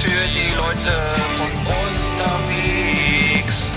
für die Leute von unterwegs.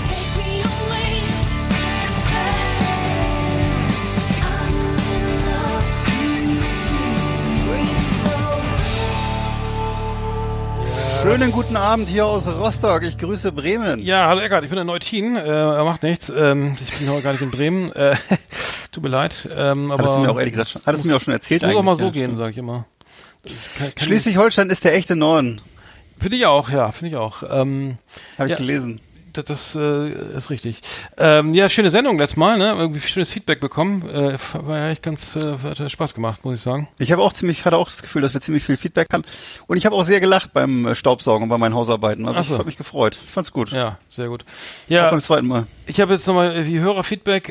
Schönen guten Abend hier aus Rostock. Ich grüße Bremen. Ja, hallo Eckart, ich bin in Neutin. Er macht nichts. Ich bin heute gar nicht in Bremen. Tut mir leid. Aber hattest du mir auch ehrlich gesagt hattest du mir auch schon erzählt muss eigentlich. Muss auch mal so ja, gehen, sage ich immer. Schleswig-Holstein ist der echte Norden. Finde ich auch, ja, finde ich auch. Habe ich gelesen. Das ist richtig. Ja, schöne Sendung letztes Mal, ne? Irgendwie schönes Feedback bekommen. War ja echt ganz, hat Spaß gemacht, muss ich sagen. Ich hatte auch das Gefühl, dass wir ziemlich viel Feedback hatten. Und ich habe auch sehr gelacht beim Staubsaugen und bei meinen Hausarbeiten. Also ich habe mich gefreut. Ich fand's gut. Ja, sehr gut. Ja, auch beim zweiten Mal. Ich habe jetzt nochmal die Hörerfeedback.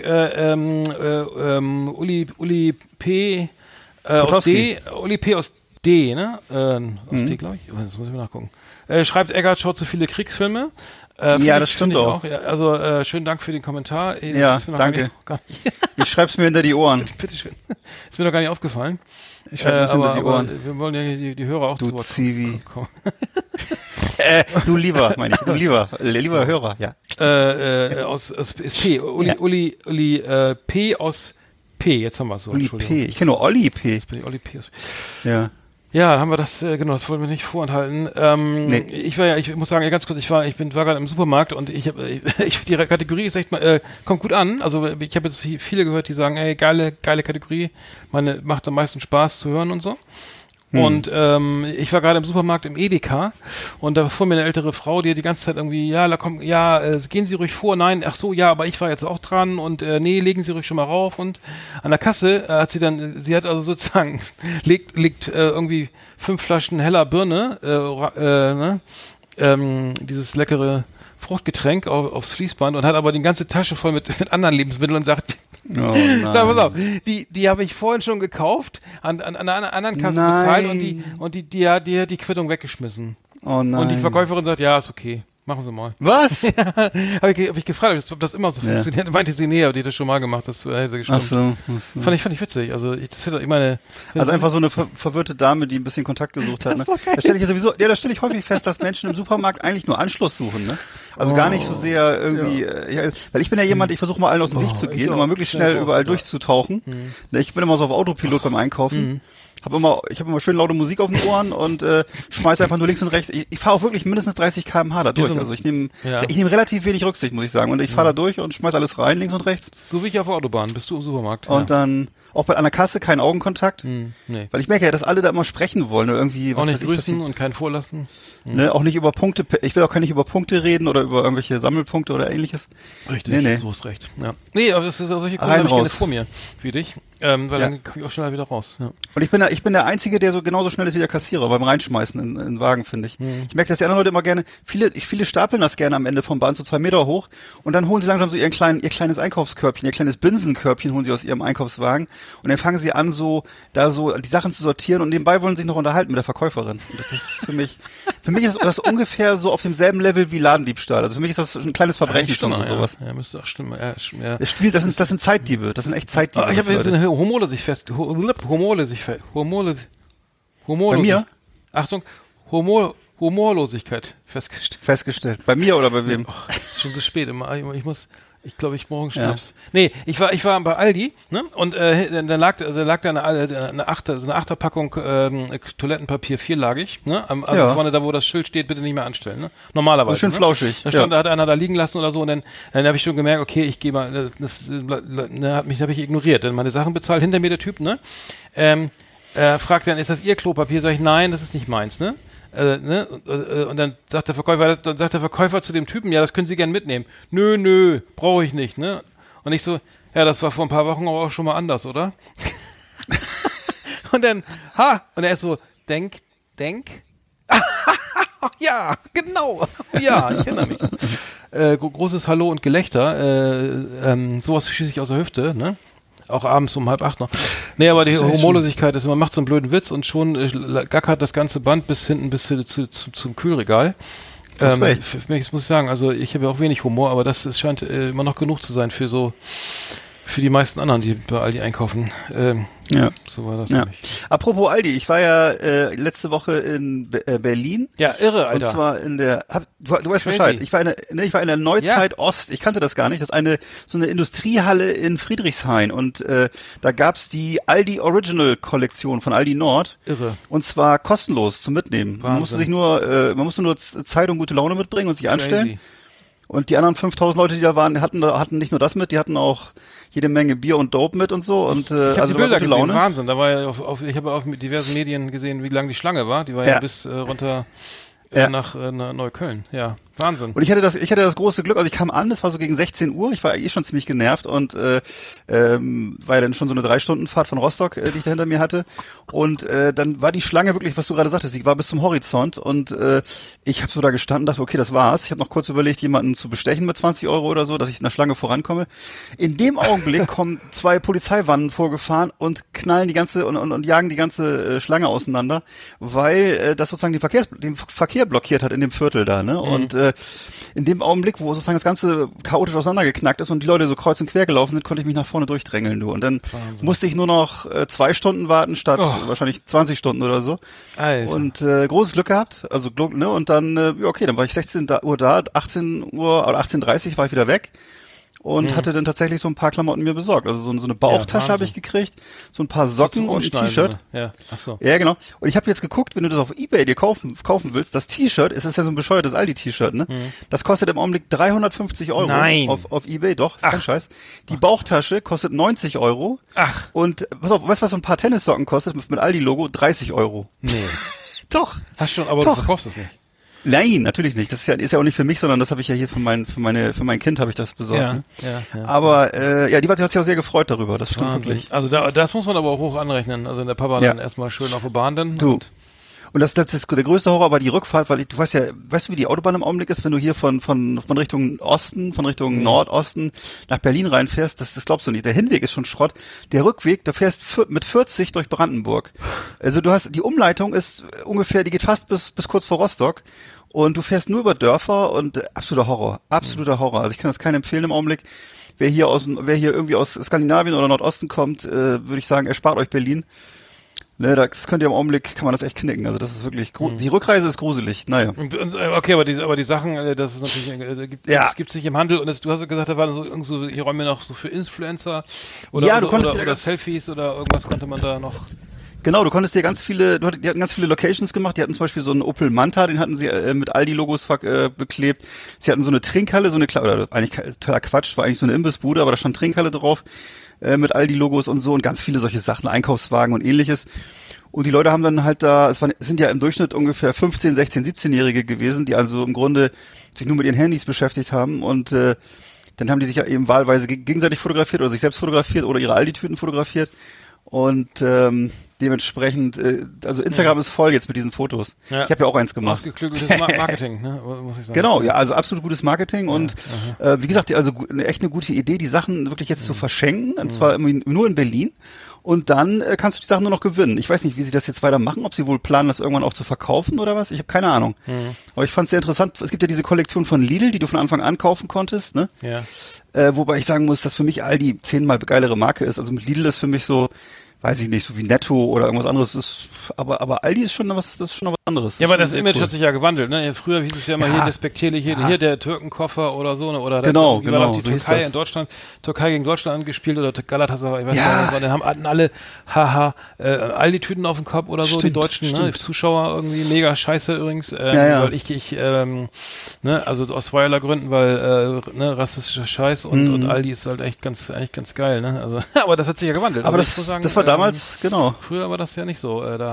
Uli P. Aus D. Uli P. aus D, ne? Aus D, glaube ich. Das muss ich mal nachgucken. Schreibt, Eggert schaut zu viele Kriegsfilme. Ja, das stimmt auch. Ja, also schönen Dank für den Kommentar. Ja, danke. Ich schreib's mir hinter die Ohren. Bitteschön. Ist mir noch gar nicht aufgefallen. Ich schreib's hinter die Ohren. Wir wollen ja die Hörer auch du zu Wort kommen. Du lieber, meine ich. Du lieber Hörer, ja. Aus P. Uli P. aus P. Jetzt haben wir es so. Uli P. Ich kenne nur Olli P. Jetzt bin ich Olli P. Ja. Ja, haben wir das, genau, das wollen wir nicht vorenthalten. Nee. Ich muss sagen, ganz kurz, ich war gerade im Supermarkt und die Kategorie ist echt mal, kommt gut an. Also ich habe jetzt viele gehört, die sagen, ey, geile Kategorie, macht am meisten Spaß zu hören und so. Und ich war gerade im Supermarkt im Edeka und da fuhr mir eine ältere Frau, die ganze Zeit irgendwie, gehen Sie ruhig vor, nein, ach so, ja, aber ich war jetzt auch dran und nee, legen Sie ruhig schon mal rauf. Und an der Kasse sie hat also sozusagen, legt irgendwie 5 Flaschen heller Birne, dieses leckere Fruchtgetränk aufs Fließband und hat aber die ganze Tasche voll mit anderen Lebensmitteln und sagt, oh nein. Sag mal so, die habe ich vorhin schon gekauft, an einer anderen Kasse bezahlt und die hat die Quittung weggeschmissen. Oh nein. Und die Verkäuferin sagt, ja, ist okay. Machen Sie mal. Was? Ja, hab ich gefragt, ob das immer so funktioniert. Meinte sie, nee, aber die hat das schon mal gemacht, das hätte gestimmt. Ach so. Fand ich witzig. Also einfach so eine verwirrte Dame, die ein bisschen Kontakt gesucht hat. Ne? Da stelle ich häufig fest, dass Menschen im Supermarkt eigentlich nur Anschluss suchen. Ne? Also gar nicht so sehr irgendwie, weil ich bin ja jemand, ich versuche mal allen aus dem Weg zu gehen, immer möglichst schnell überall durchzutauchen. Ich bin immer so auf Autopilot beim Einkaufen. Ich habe immer schön laute Musik auf den Ohren und schmeiße einfach nur links und rechts. Ich fahre auch wirklich mindestens 30 km/h da durch. Also ich nehme relativ wenig Rücksicht, muss ich sagen. Und ich fahre da durch und schmeiße alles rein, links und rechts. So wie ich auf der Autobahn. Bist du im Supermarkt? Und dann auch bei einer Kasse keinen Augenkontakt. Nee. Weil ich merke ja, dass alle da immer sprechen wollen oder irgendwie. Auch nicht grüßen und keinen vorlassen. Ne, auch nicht über Punkte. Ich will auch nicht über Punkte reden oder über irgendwelche Sammelpunkte oder ähnliches. Richtig, nee. so ist recht. Ja. Nee, aber das ist solche Kunden habe ich gerne vor mir, wie dich. Weil dann komme ich auch schneller wieder raus. Ja. Und ich bin der Einzige, der so genauso schnell ist wie der Kassierer beim Reinschmeißen in den Wagen, finde ich. Ich merke, dass die anderen Leute immer gerne, viele stapeln das gerne am Ende vom Bahn so 2 Meter hoch und dann holen sie langsam so ihr kleines Einkaufskörbchen, ihr kleines Binsenkörbchen holen sie aus ihrem Einkaufswagen und dann fangen sie an, so die Sachen zu sortieren und nebenbei wollen sie sich noch unterhalten mit der Verkäuferin. Und das ist für mich ist das ungefähr so auf demselben Level wie Ladendiebstahl. Also für mich ist das ein kleines Verbrechen schon sowas. Ja, müsste auch stimmen. Ja. Das sind Zeitdiebe, das sind echt Zeitdiebe. Ich habe jetzt eine Humorlosigkeit. Bei mir? Achtung, Humorlosigkeit festgestellt. Bei mir oder bei wem? Schon so spät immer. Ich glaube, ich morgen Schnaps. Nee, ich war bei Aldi, ne? Und dann lag da eine Achterpackung Toilettenpapier vierlagig, ne? Also vorne da, wo das Schild steht, bitte nicht mehr anstellen, ne? Normalerweise. Schön flauschig. Da hat einer da liegen lassen oder so und dann habe ich schon gemerkt, okay, ich gehe mal, habe ich ignoriert, dann meine Sachen bezahlt, hinter mir der Typ, ne? Fragt dann, ist das Ihr Klopapier? Sag ich, nein, das ist nicht meins, ne? Und dann sagt der Verkäufer zu dem Typen, ja, das können Sie gern mitnehmen. Nö, brauche ich nicht, ne? Und ich so, ja, das war vor ein paar Wochen aber auch schon mal anders, oder? Und dann, und er ist so, denk. Ja, genau. Ja, ich erinnere mich. Großes Hallo und Gelächter, sowas schieße ich aus der Hüfte, ne? Auch abends um 7:30 noch. Nee, aber die Humorlosigkeit ist, man macht so einen blöden Witz und schon gackert das ganze Band bis hinten bis zum Kühlregal. Für mich muss ich sagen, also ich habe ja auch wenig Humor, aber das scheint immer noch genug zu sein für für die meisten anderen, die bei Aldi einkaufen. Ja. So war das Ja. nämlich. Apropos Aldi, ich war ja letzte Woche in Berlin. Ja, irre, Alter. Und zwar in der, du weißt Crazy. Bescheid, ich war in der Neuzeit Ost, ich kannte das gar nicht, das ist so eine Industriehalle in Friedrichshain und da gab's die Aldi Original Kollektion von Aldi Nord. Irre. Und zwar kostenlos zum Mitnehmen. Wahnsinn. Man musste nur Zeit und gute Laune mitbringen und sich anstellen. Und die anderen 5000 Leute, die da waren, hatten nicht nur das mit, die hatten auch jede Menge Bier und Dope mit und so. Und Ich habe also die Bilder gute gesehen, Laune. Wahnsinn. Da war ja ich habe auf diversen Medien gesehen, wie lang die Schlange war. Die war ja bis runter nach Neukölln. Ja, Wahnsinn. Und ich hatte das große Glück, also ich kam an, es war so gegen 16 Uhr, ich war schon ziemlich genervt und war ja dann schon so eine 3-Stunden-Fahrt von Rostock, die ich da hinter mir hatte. Und dann war die Schlange wirklich, was du gerade sagtest, die war bis zum Horizont und ich habe so da gestanden, dachte, okay, das war's. Ich habe noch kurz überlegt, jemanden zu bestechen mit 20 Euro oder so, dass ich in der Schlange vorankomme. In dem Augenblick kommen 2 Polizeiwannen vorgefahren und knallen die ganze und jagen die ganze Schlange auseinander, weil das sozusagen den Verkehr blockiert hat in dem Viertel da, ne? Und in dem Augenblick, wo sozusagen das Ganze chaotisch auseinandergeknackt ist und die Leute so kreuz und quer gelaufen sind, konnte ich mich nach vorne durchdrängeln, du. Und dann musste ich nur noch 2 Stunden warten statt wahrscheinlich 20 Stunden oder so. Alter. Und großes Glück gehabt, also ne, und dann okay, dann war ich 16 Uhr da, 18 Uhr oder 18:30 war ich wieder weg. Und hatte dann tatsächlich so ein paar Klamotten mir besorgt. Also so eine Bauchtasche habe ich gekriegt, so ein paar Socken und ein T-Shirt. Ja, ach so. Ja, genau. Und ich habe jetzt geguckt, wenn du das auf eBay dir kaufen willst, das T-Shirt, es ist ja so ein bescheuertes Aldi-T-Shirt, ne? Das kostet im Augenblick 350 Euro. Nein. Auf eBay, doch, ist kein Scheiß. Die Bauchtasche kostet 90 Euro. Ach. Und weißt du, was so ein paar Tennissocken kostet mit Aldi-Logo? 30 Euro. Nee. Doch. Hast du, aber du verkaufst es nicht. Nein, natürlich nicht. Das ist ja auch nicht für mich, sondern das habe ich ja hier für mein Kind habe ich das besorgt. Ja, ne? ja. Aber die hat sich auch sehr gefreut darüber. Das stimmt Wahnsinn. wirklich. Also das muss man aber auch hoch anrechnen. Also in der Papa dann erstmal schön auf der Bahn dann. Und das ist der größte Horror war die Rückfahrt, weil du weißt du, wie die Autobahn im Augenblick ist, wenn du hier von Richtung Osten, von Richtung Nordosten nach Berlin reinfährst, das glaubst du nicht. Der Hinweg ist schon Schrott. Der Rückweg, da fährst mit 40 durch Brandenburg. Also die Umleitung ist ungefähr, die geht fast bis kurz vor Rostock. Und du fährst nur über Dörfer und absoluter Horror. Also ich kann das keinem empfehlen im Augenblick. Wer hier irgendwie aus Skandinavien oder Nordosten kommt, würde ich sagen, erspart euch Berlin. Ne, das könnt ihr im Augenblick, kann man das echt knicken. Also das ist wirklich, die Rückreise ist gruselig, naja. Okay, aber die Sachen, das ist natürlich, es gibt sich im Handel und du hast gesagt, da waren so die Räume noch so für Influencer oder, oder Selfies oder irgendwas konnte man da noch. Genau, die hatten ganz viele Locations gemacht. Die hatten zum Beispiel so einen Opel Manta, den hatten sie mit Aldi-Logos beklebt. Sie hatten so eine Trinkhalle, oder eigentlich totaler Quatsch, war eigentlich so eine Imbissbude, aber da stand Trinkhalle drauf mit Aldi-Logos und so und ganz viele solche Sachen, Einkaufswagen und ähnliches. Und die Leute haben dann halt es sind ja im Durchschnitt ungefähr 15, 16, 17-Jährige gewesen, die also im Grunde sich nur mit ihren Handys beschäftigt haben und dann haben die sich ja eben wahlweise gegenseitig fotografiert oder sich selbst fotografiert oder ihre Aldi-Tüten fotografiert. Und dementsprechend, also Instagram ist voll jetzt mit diesen Fotos. Ja. Ich habe ja auch eins gemacht. Ausgeklügeltes Marketing, ne? Muss ich sagen. Genau, ja, also absolut gutes Marketing und wie gesagt, also echt eine gute Idee, die Sachen wirklich jetzt zu verschenken, und zwar nur in Berlin. Und dann kannst du die Sachen nur noch gewinnen. Ich weiß nicht, wie sie das jetzt weitermachen, ob sie wohl planen, das irgendwann auch zu verkaufen oder was. Ich habe keine Ahnung. Aber ich fand es sehr interessant. Es gibt ja diese Kollektion von Lidl, die du von Anfang an kaufen konntest, ne? Ja. Wobei ich sagen muss, dass für mich Aldi 10-mal geilere Marke ist. Also mit Lidl ist für mich so, weiß ich nicht, so wie Netto oder irgendwas anderes ist, aber Aldi ist schon was anderes. Ja, aber das Image hat sich ja gewandelt, ne? Früher hieß es ja immer hier despektierlich, hier der Türkenkoffer oder so, ne? Oder genau, war doch die Türkei in Deutschland, Türkei gegen Deutschland angespielt oder Galatasaray, ich weiß nicht, was war, dann hatten alle Aldi-Tüten auf dem Kopf oder so, die Deutschen, ne? Die Zuschauer irgendwie mega scheiße übrigens, weil ich also aus zweierlei Gründen, weil rassistischer Scheiß und Aldi ist halt eigentlich ganz geil, ne? Also aber das hat sich ja gewandelt. Aber das war damals, genau. Früher war das ja nicht so. Das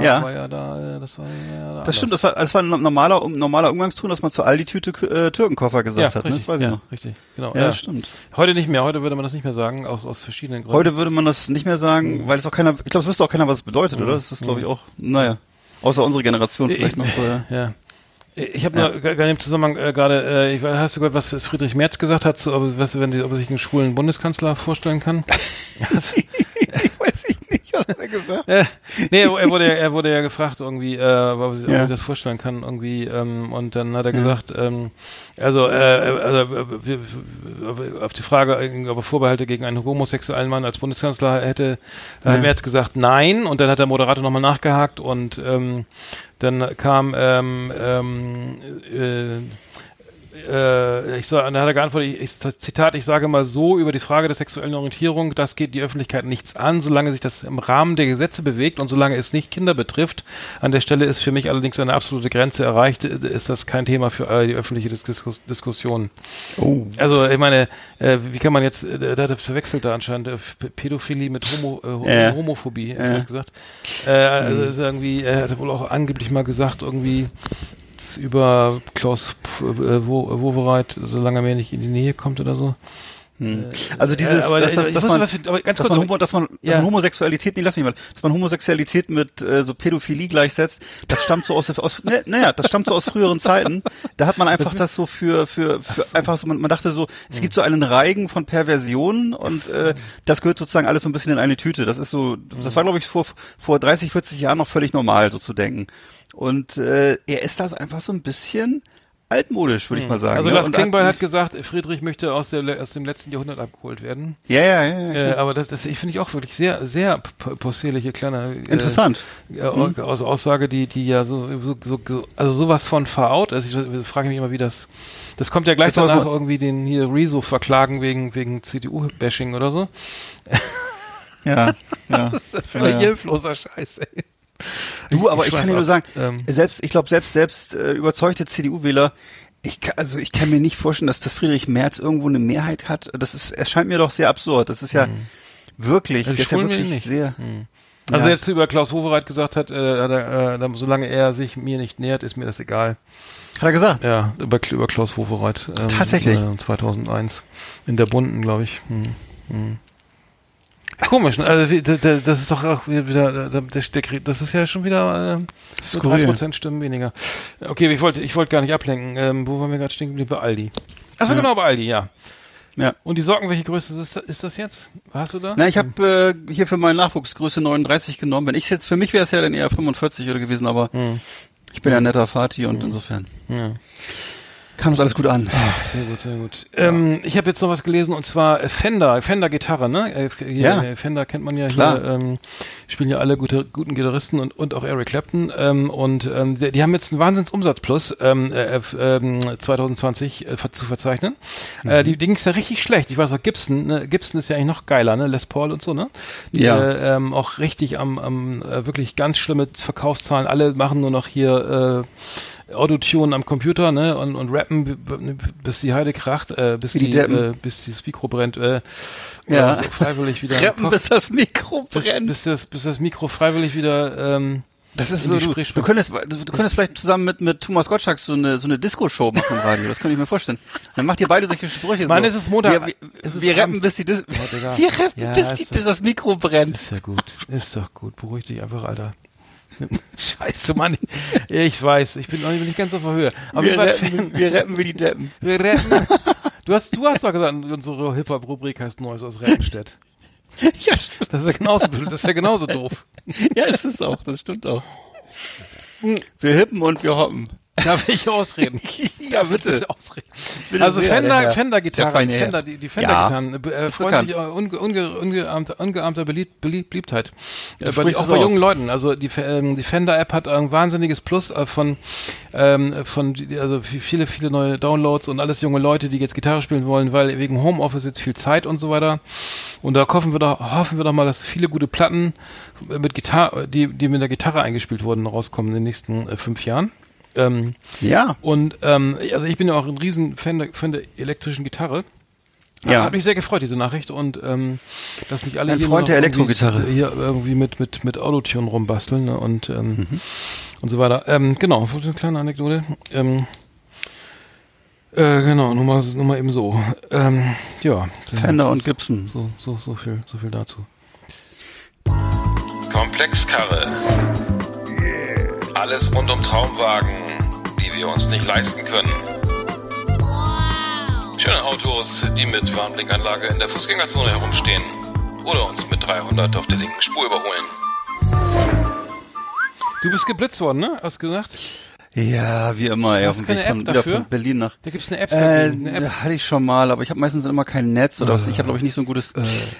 stimmt, das war ein normaler Umgangston, dass man zur Aldi-Tüte Türkenkoffer gesagt hat. Richtig, ne? Das weiß ich noch. Richtig, genau. Ja, stimmt. Heute nicht mehr, heute würde man das nicht mehr sagen, aus verschiedenen Gründen. Heute würde man das nicht mehr sagen, weil es auch keiner, ich glaube, es wüsste auch keiner, was es bedeutet, oder? Das ist, glaube ich, auch, naja, außer unsere Generation vielleicht noch so, ja. Ich habe nur in dem Zusammenhang gerade, hast du gehört, was Friedrich Merz gesagt hat, ob er sich einen schwulen Bundeskanzler vorstellen kann? Ich weiß nicht, Was hat er gesagt? Nee, er wurde ja gefragt irgendwie, ob sich das vorstellen kann irgendwie, und dann hat er gesagt, also auf die Frage, ob er Vorbehalte gegen einen homosexuellen Mann als Bundeskanzler hätte, hat Merz gesagt, nein, und dann hat der Moderator nochmal nachgehakt und dann kam dann hat er geantwortet, Zitat, ich sage mal so, über die Frage der sexuellen Orientierung, das geht die Öffentlichkeit nichts an, solange sich das im Rahmen der Gesetze bewegt und solange es nicht Kinder betrifft. An der Stelle ist für mich allerdings eine absolute Grenze erreicht, ist das kein Thema für die öffentliche Diskussion. Oh. Also, ich meine, wie kann man jetzt, der verwechselt da anscheinend Pädophilie mit Homophobie, hätte ich was gesagt. Also ist irgendwie, er hat wohl auch angeblich mal gesagt, irgendwie, über Klaus Wowereit, solange er mir nicht in die Nähe kommt oder so. Also dieses, dass man Homosexualität mit so Pädophilie gleichsetzt, das stammt so aus früheren Zeiten. Da hat man einfach das so für einfach so, man dachte so, es gibt so einen Reigen von Perversionen und das gehört sozusagen alles so ein bisschen in eine Tüte. Das ist so, das war glaube ich vor 30, 40 Jahren noch völlig normal, so zu denken. Und er ist das einfach so ein bisschen altmodisch, würde ich mal sagen. Also Lars Klingbeil hat gesagt, Friedrich möchte aus dem letzten Jahrhundert abgeholt werden. Ja. Aber das finde ich auch wirklich sehr, sehr possierliche kleine interessant. Also Aussage, die ja so also sowas von veraut. Also ich frage mich immer, wie das kommt ja gleich danach irgendwie den hier Rezo verklagen wegen CDU-Bashing oder so. Ja. Das ist ein völlig hilfloser Scheiß, ey. Du, aber ich kann dir nur sagen, selbst überzeugte CDU-Wähler, ich kann mir nicht vorstellen, dass das Friedrich Merz irgendwo eine Mehrheit hat. Es scheint mir doch sehr absurd. Das ist ja wirklich, das ist ja wirklich sehr. Also jetzt über Klaus Wowereit gesagt hat, solange er sich mir nicht nähert, ist mir das egal. Hat er gesagt? Ja, über Klaus Wowereit. Tatsächlich? 2001 in der Bunten, glaube ich. Komisch, ne? Also das ist doch auch wieder, das ist ja schon wieder 3% Stimmen weniger. Okay, ich wollte gar nicht ablenken. Wo waren wir gerade stehen geblieben? Bei Aldi. Achso, genau, bei Aldi, ja. Und die Socken, welche Größe ist das jetzt? Hast du da? Na, ich habe hier für meinen Nachwuchs Größe 39 genommen. Für mich wäre es ja dann eher 45 oder gewesen, aber ich bin ja ein netter Vati und insofern. Ja. Kam es alles gut an. Ach, sehr gut, sehr gut. Ich habe jetzt noch was gelesen und zwar Fender Gitarre, ne? Fender kennt man ja. Klar. Hier, spielen ja alle guten Gitarristen und auch Eric Clapton. Die haben jetzt einen Wahnsinnsumsatzplus 2020 zu verzeichnen. Die ging's ja richtig schlecht. Ich weiß auch, Gibson ist ja eigentlich noch geiler, ne? Les Paul und so, ne? Die auch richtig am wirklich ganz schlimme Verkaufszahlen. Alle machen nur noch hier Autotune am Computer, ne, und rappen, bis die Heide kracht, bis das Mikro brennt, also freiwillig wieder. Rappen, bis das Mikro brennt. Bis das Mikro freiwillig wieder, das ist so, du könntest vielleicht zusammen mit Thomas Gottschalk so eine Disco-Show machen im Radio, das könnte ich mir vorstellen. Dann macht ihr beide solche Sprüche. Mann, es ist Montag. Wir rappen, bis bis das Mikro brennt. Ist ja gut. Ist doch gut. Beruhig dich einfach, Alter. Scheiße, Mann. Ich weiß, ich bin noch nicht ganz auf der Höhe. Aber wir rappen wie die Deppen. Wir rappen. Du hast doch gesagt, unsere Hip-Hop-Rubrik heißt Neues aus Rappenstedt. Ja, stimmt. Das ist ja genauso doof. Ja, ist es auch. Das stimmt auch. Wir hippen und wir hoppen. Darf ich ausreden? Ja, bitte. Also Fender-Gitarren, die Fender-Gitarren freuen sich ungeahmter Beliebtheit. Auch bei jungen Leuten. Also die Fender-App hat ein wahnsinniges Plus von viele neue Downloads und alles junge Leute, die jetzt Gitarre spielen wollen, weil wegen Homeoffice jetzt viel Zeit und so weiter. Und da hoffen wir doch mal, dass viele gute Platten mit Gitarre, die mit der Gitarre eingespielt wurden, rauskommen in den nächsten 5 Jahren. Und also ich bin ja auch ein riesen Fan der elektrischen Gitarre. Ja. Hat mich sehr gefreut, diese Nachricht. Und dass nicht alle hier irgendwie mit Autotune rumbasteln, ne? Und so weiter. Genau, eine kleine Anekdote. Genau, nur mal eben so. Fender und Gibson. So viel dazu. Komplexkarre. Alles rund um Traumwagen, die wir uns nicht leisten können. Schöne Autos, die mit Warnblinkanlage in der Fußgängerzone herumstehen. oder uns mit 300 auf der linken Spur überholen. Du bist geblitzt worden, ne? Hast du gesagt? Ja, wie immer, ey, auf dem Weg wieder von Berlin nach. Da gibt's eine App. Eine App. Hatte ich schon mal, aber ich habe meistens immer kein Netz oder was. Ich habe, glaube ich, nicht so ein gutes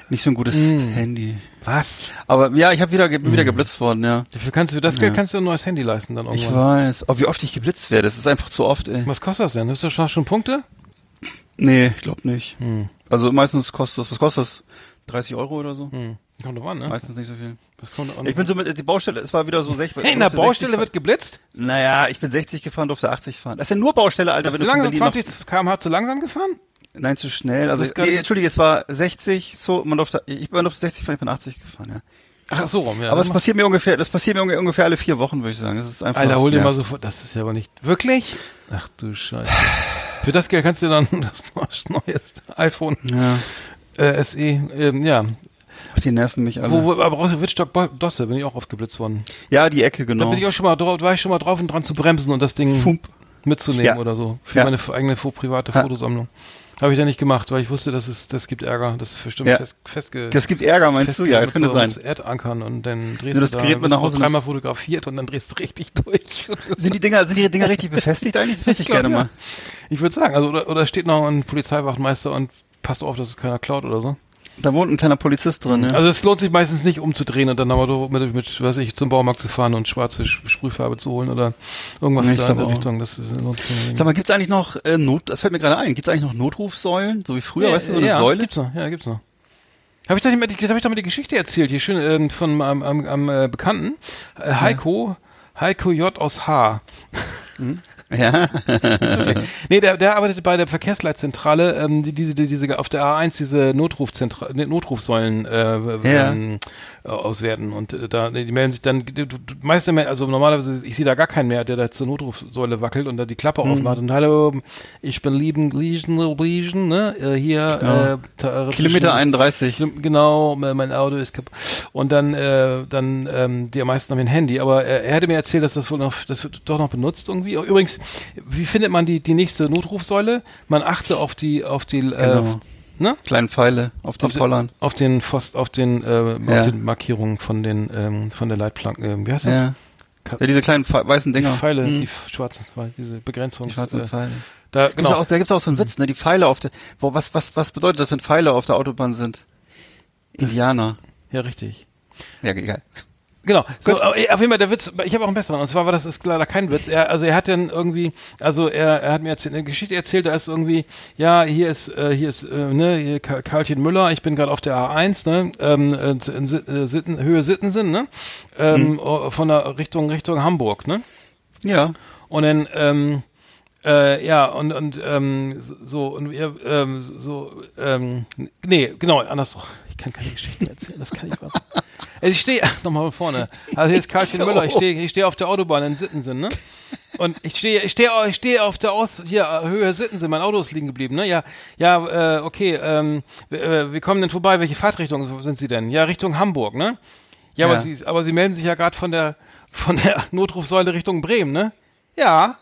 Handy. Was? Aber ja, bin wieder geblitzt worden, ja. Dafür kannst du kannst du ein neues Handy leisten dann irgendwann. Ich weiß. Oh, wie oft ich geblitzt werde, das ist einfach zu oft, ey. Was kostet das denn? Hast du schon Punkte? Nee, ich glaube nicht. Also meistens kostet das, was kostet das? 30 Euro oder so? Kommt doch an, ne? Meistens nicht so viel. Das kommt Ich bin so mit, die Baustelle, es war wieder so 60. Hey, in der Baustelle wird geblitzt? Naja, ich bin 60 gefahren, durfte 80 fahren. Das ist ja nur Baustelle, Alter. Bist du langsam 20 km/h zu langsam gefahren? Nein, zu schnell. Also, Entschuldige, es war 60, so, man durfte 60 fahren, ich bin 80 gefahren, ja. Ach, so rum, ja. Aber das passiert mir ungefähr alle 4 Wochen, würde ich sagen. Das ist einfach. Alter, hol dir mal sofort, das ist ja aber nicht, wirklich? Ach du Scheiße. Für das Geld kannst du dann das neueste iPhone, SE, ja. Ach, die nerven mich alle. Aber Wittstock-Dosse bin ich auch aufgeblitzt worden. Ja, die Ecke, genau. Da bin ich auch war ich schon mal drauf und dran zu bremsen und das Ding mitzunehmen oder so. Für meine eigene private Fotosammlung. Habe ich da nicht gemacht, weil ich wusste, das gibt Ärger. Das ist bestimmt Das gibt Ärger, meinst du? Ja, das könnte sein. Erdankern und dann drehst du das Gerät mit nach Hause dreimal fotografiert und dann drehst du richtig durch. Sind die Dinger richtig befestigt eigentlich? Das hätte ich gerne mal. Ich würde sagen, also oder steht noch ein Polizeiwachtmeister und passt auf, dass es keiner klaut oder so. Da wohnt ein kleiner Polizist drin, ja. Also es lohnt sich meistens nicht umzudrehen und dann aber mit weiß ich, zum Baumarkt zu fahren und schwarze Sprühfarbe zu holen oder irgendwas da in der Richtung. Das lohnt sich nicht. Sag mal, gibt's eigentlich noch das fällt mir gerade ein, gibt's eigentlich noch Notrufsäulen, so wie früher, weißt du, so eine Säule? Gibt's noch. Habe ich doch mal die Geschichte erzählt, hier schön von am Bekannten, Heiko J aus H. Ja. Nee, der arbeitet bei der Verkehrsleitzentrale, diese auf der A1 diese Notrufsäulen auswerten und die melden sich dann also normalerweise ich sehe da gar keinen mehr, der da zur Notrufsäule wackelt und da die Klappe aufmacht und hallo, ich bin Legion, ne? Hier Kilometer 31. Genau, mein Auto ist kaputt. Und dann die meisten haben ein Handy, aber er hatte mir erzählt, dass das wird doch noch benutzt irgendwie. Übrigens, wie findet man die nächste Notrufsäule? Man achte auf die ne? Kleinen Pfeile auf den Pollern. Auf den Markierungen von der Leitplanke. Wie heißt das? Ja, diese kleinen weißen Dinger. Die Pfeile, die schwarzen, diese Begrenzung. Die schwarzen Pfeile. Da gibt's auch so einen Witz, ne? Die Pfeile auf der, was bedeutet das, wenn Pfeile auf der Autobahn sind? Indianer. Ja, richtig. Ja, egal. Genau. So, auf jeden Fall der Witz, ich habe auch einen besseren, und zwar das ist leider kein Witz. Er hat dann irgendwie, er hat mir eine Geschichte erzählt, da ist irgendwie, ja, hier ist Karlchen Müller, ich bin gerade auf der A1, ne, Höhe Sittensen, ne, von der Richtung Hamburg, ne. Ja. Und dann, nee, genau, andersrum. Ich kann keine Geschichten erzählen, das kann ich was. Also ich stehe, nochmal von vorne. Also hier ist Karlchen Müller, ich stehe auf der Autobahn in Sittensen, ne? Und ich stehe auf der Höhe Sittensen, mein Auto ist liegen geblieben, ne? Okay, wir kommen denn vorbei, welche Fahrtrichtung sind Sie denn? Ja, Richtung Hamburg, ne? Ja, aber Sie melden sich ja gerade von der Notrufsäule Richtung Bremen, ne? Ja.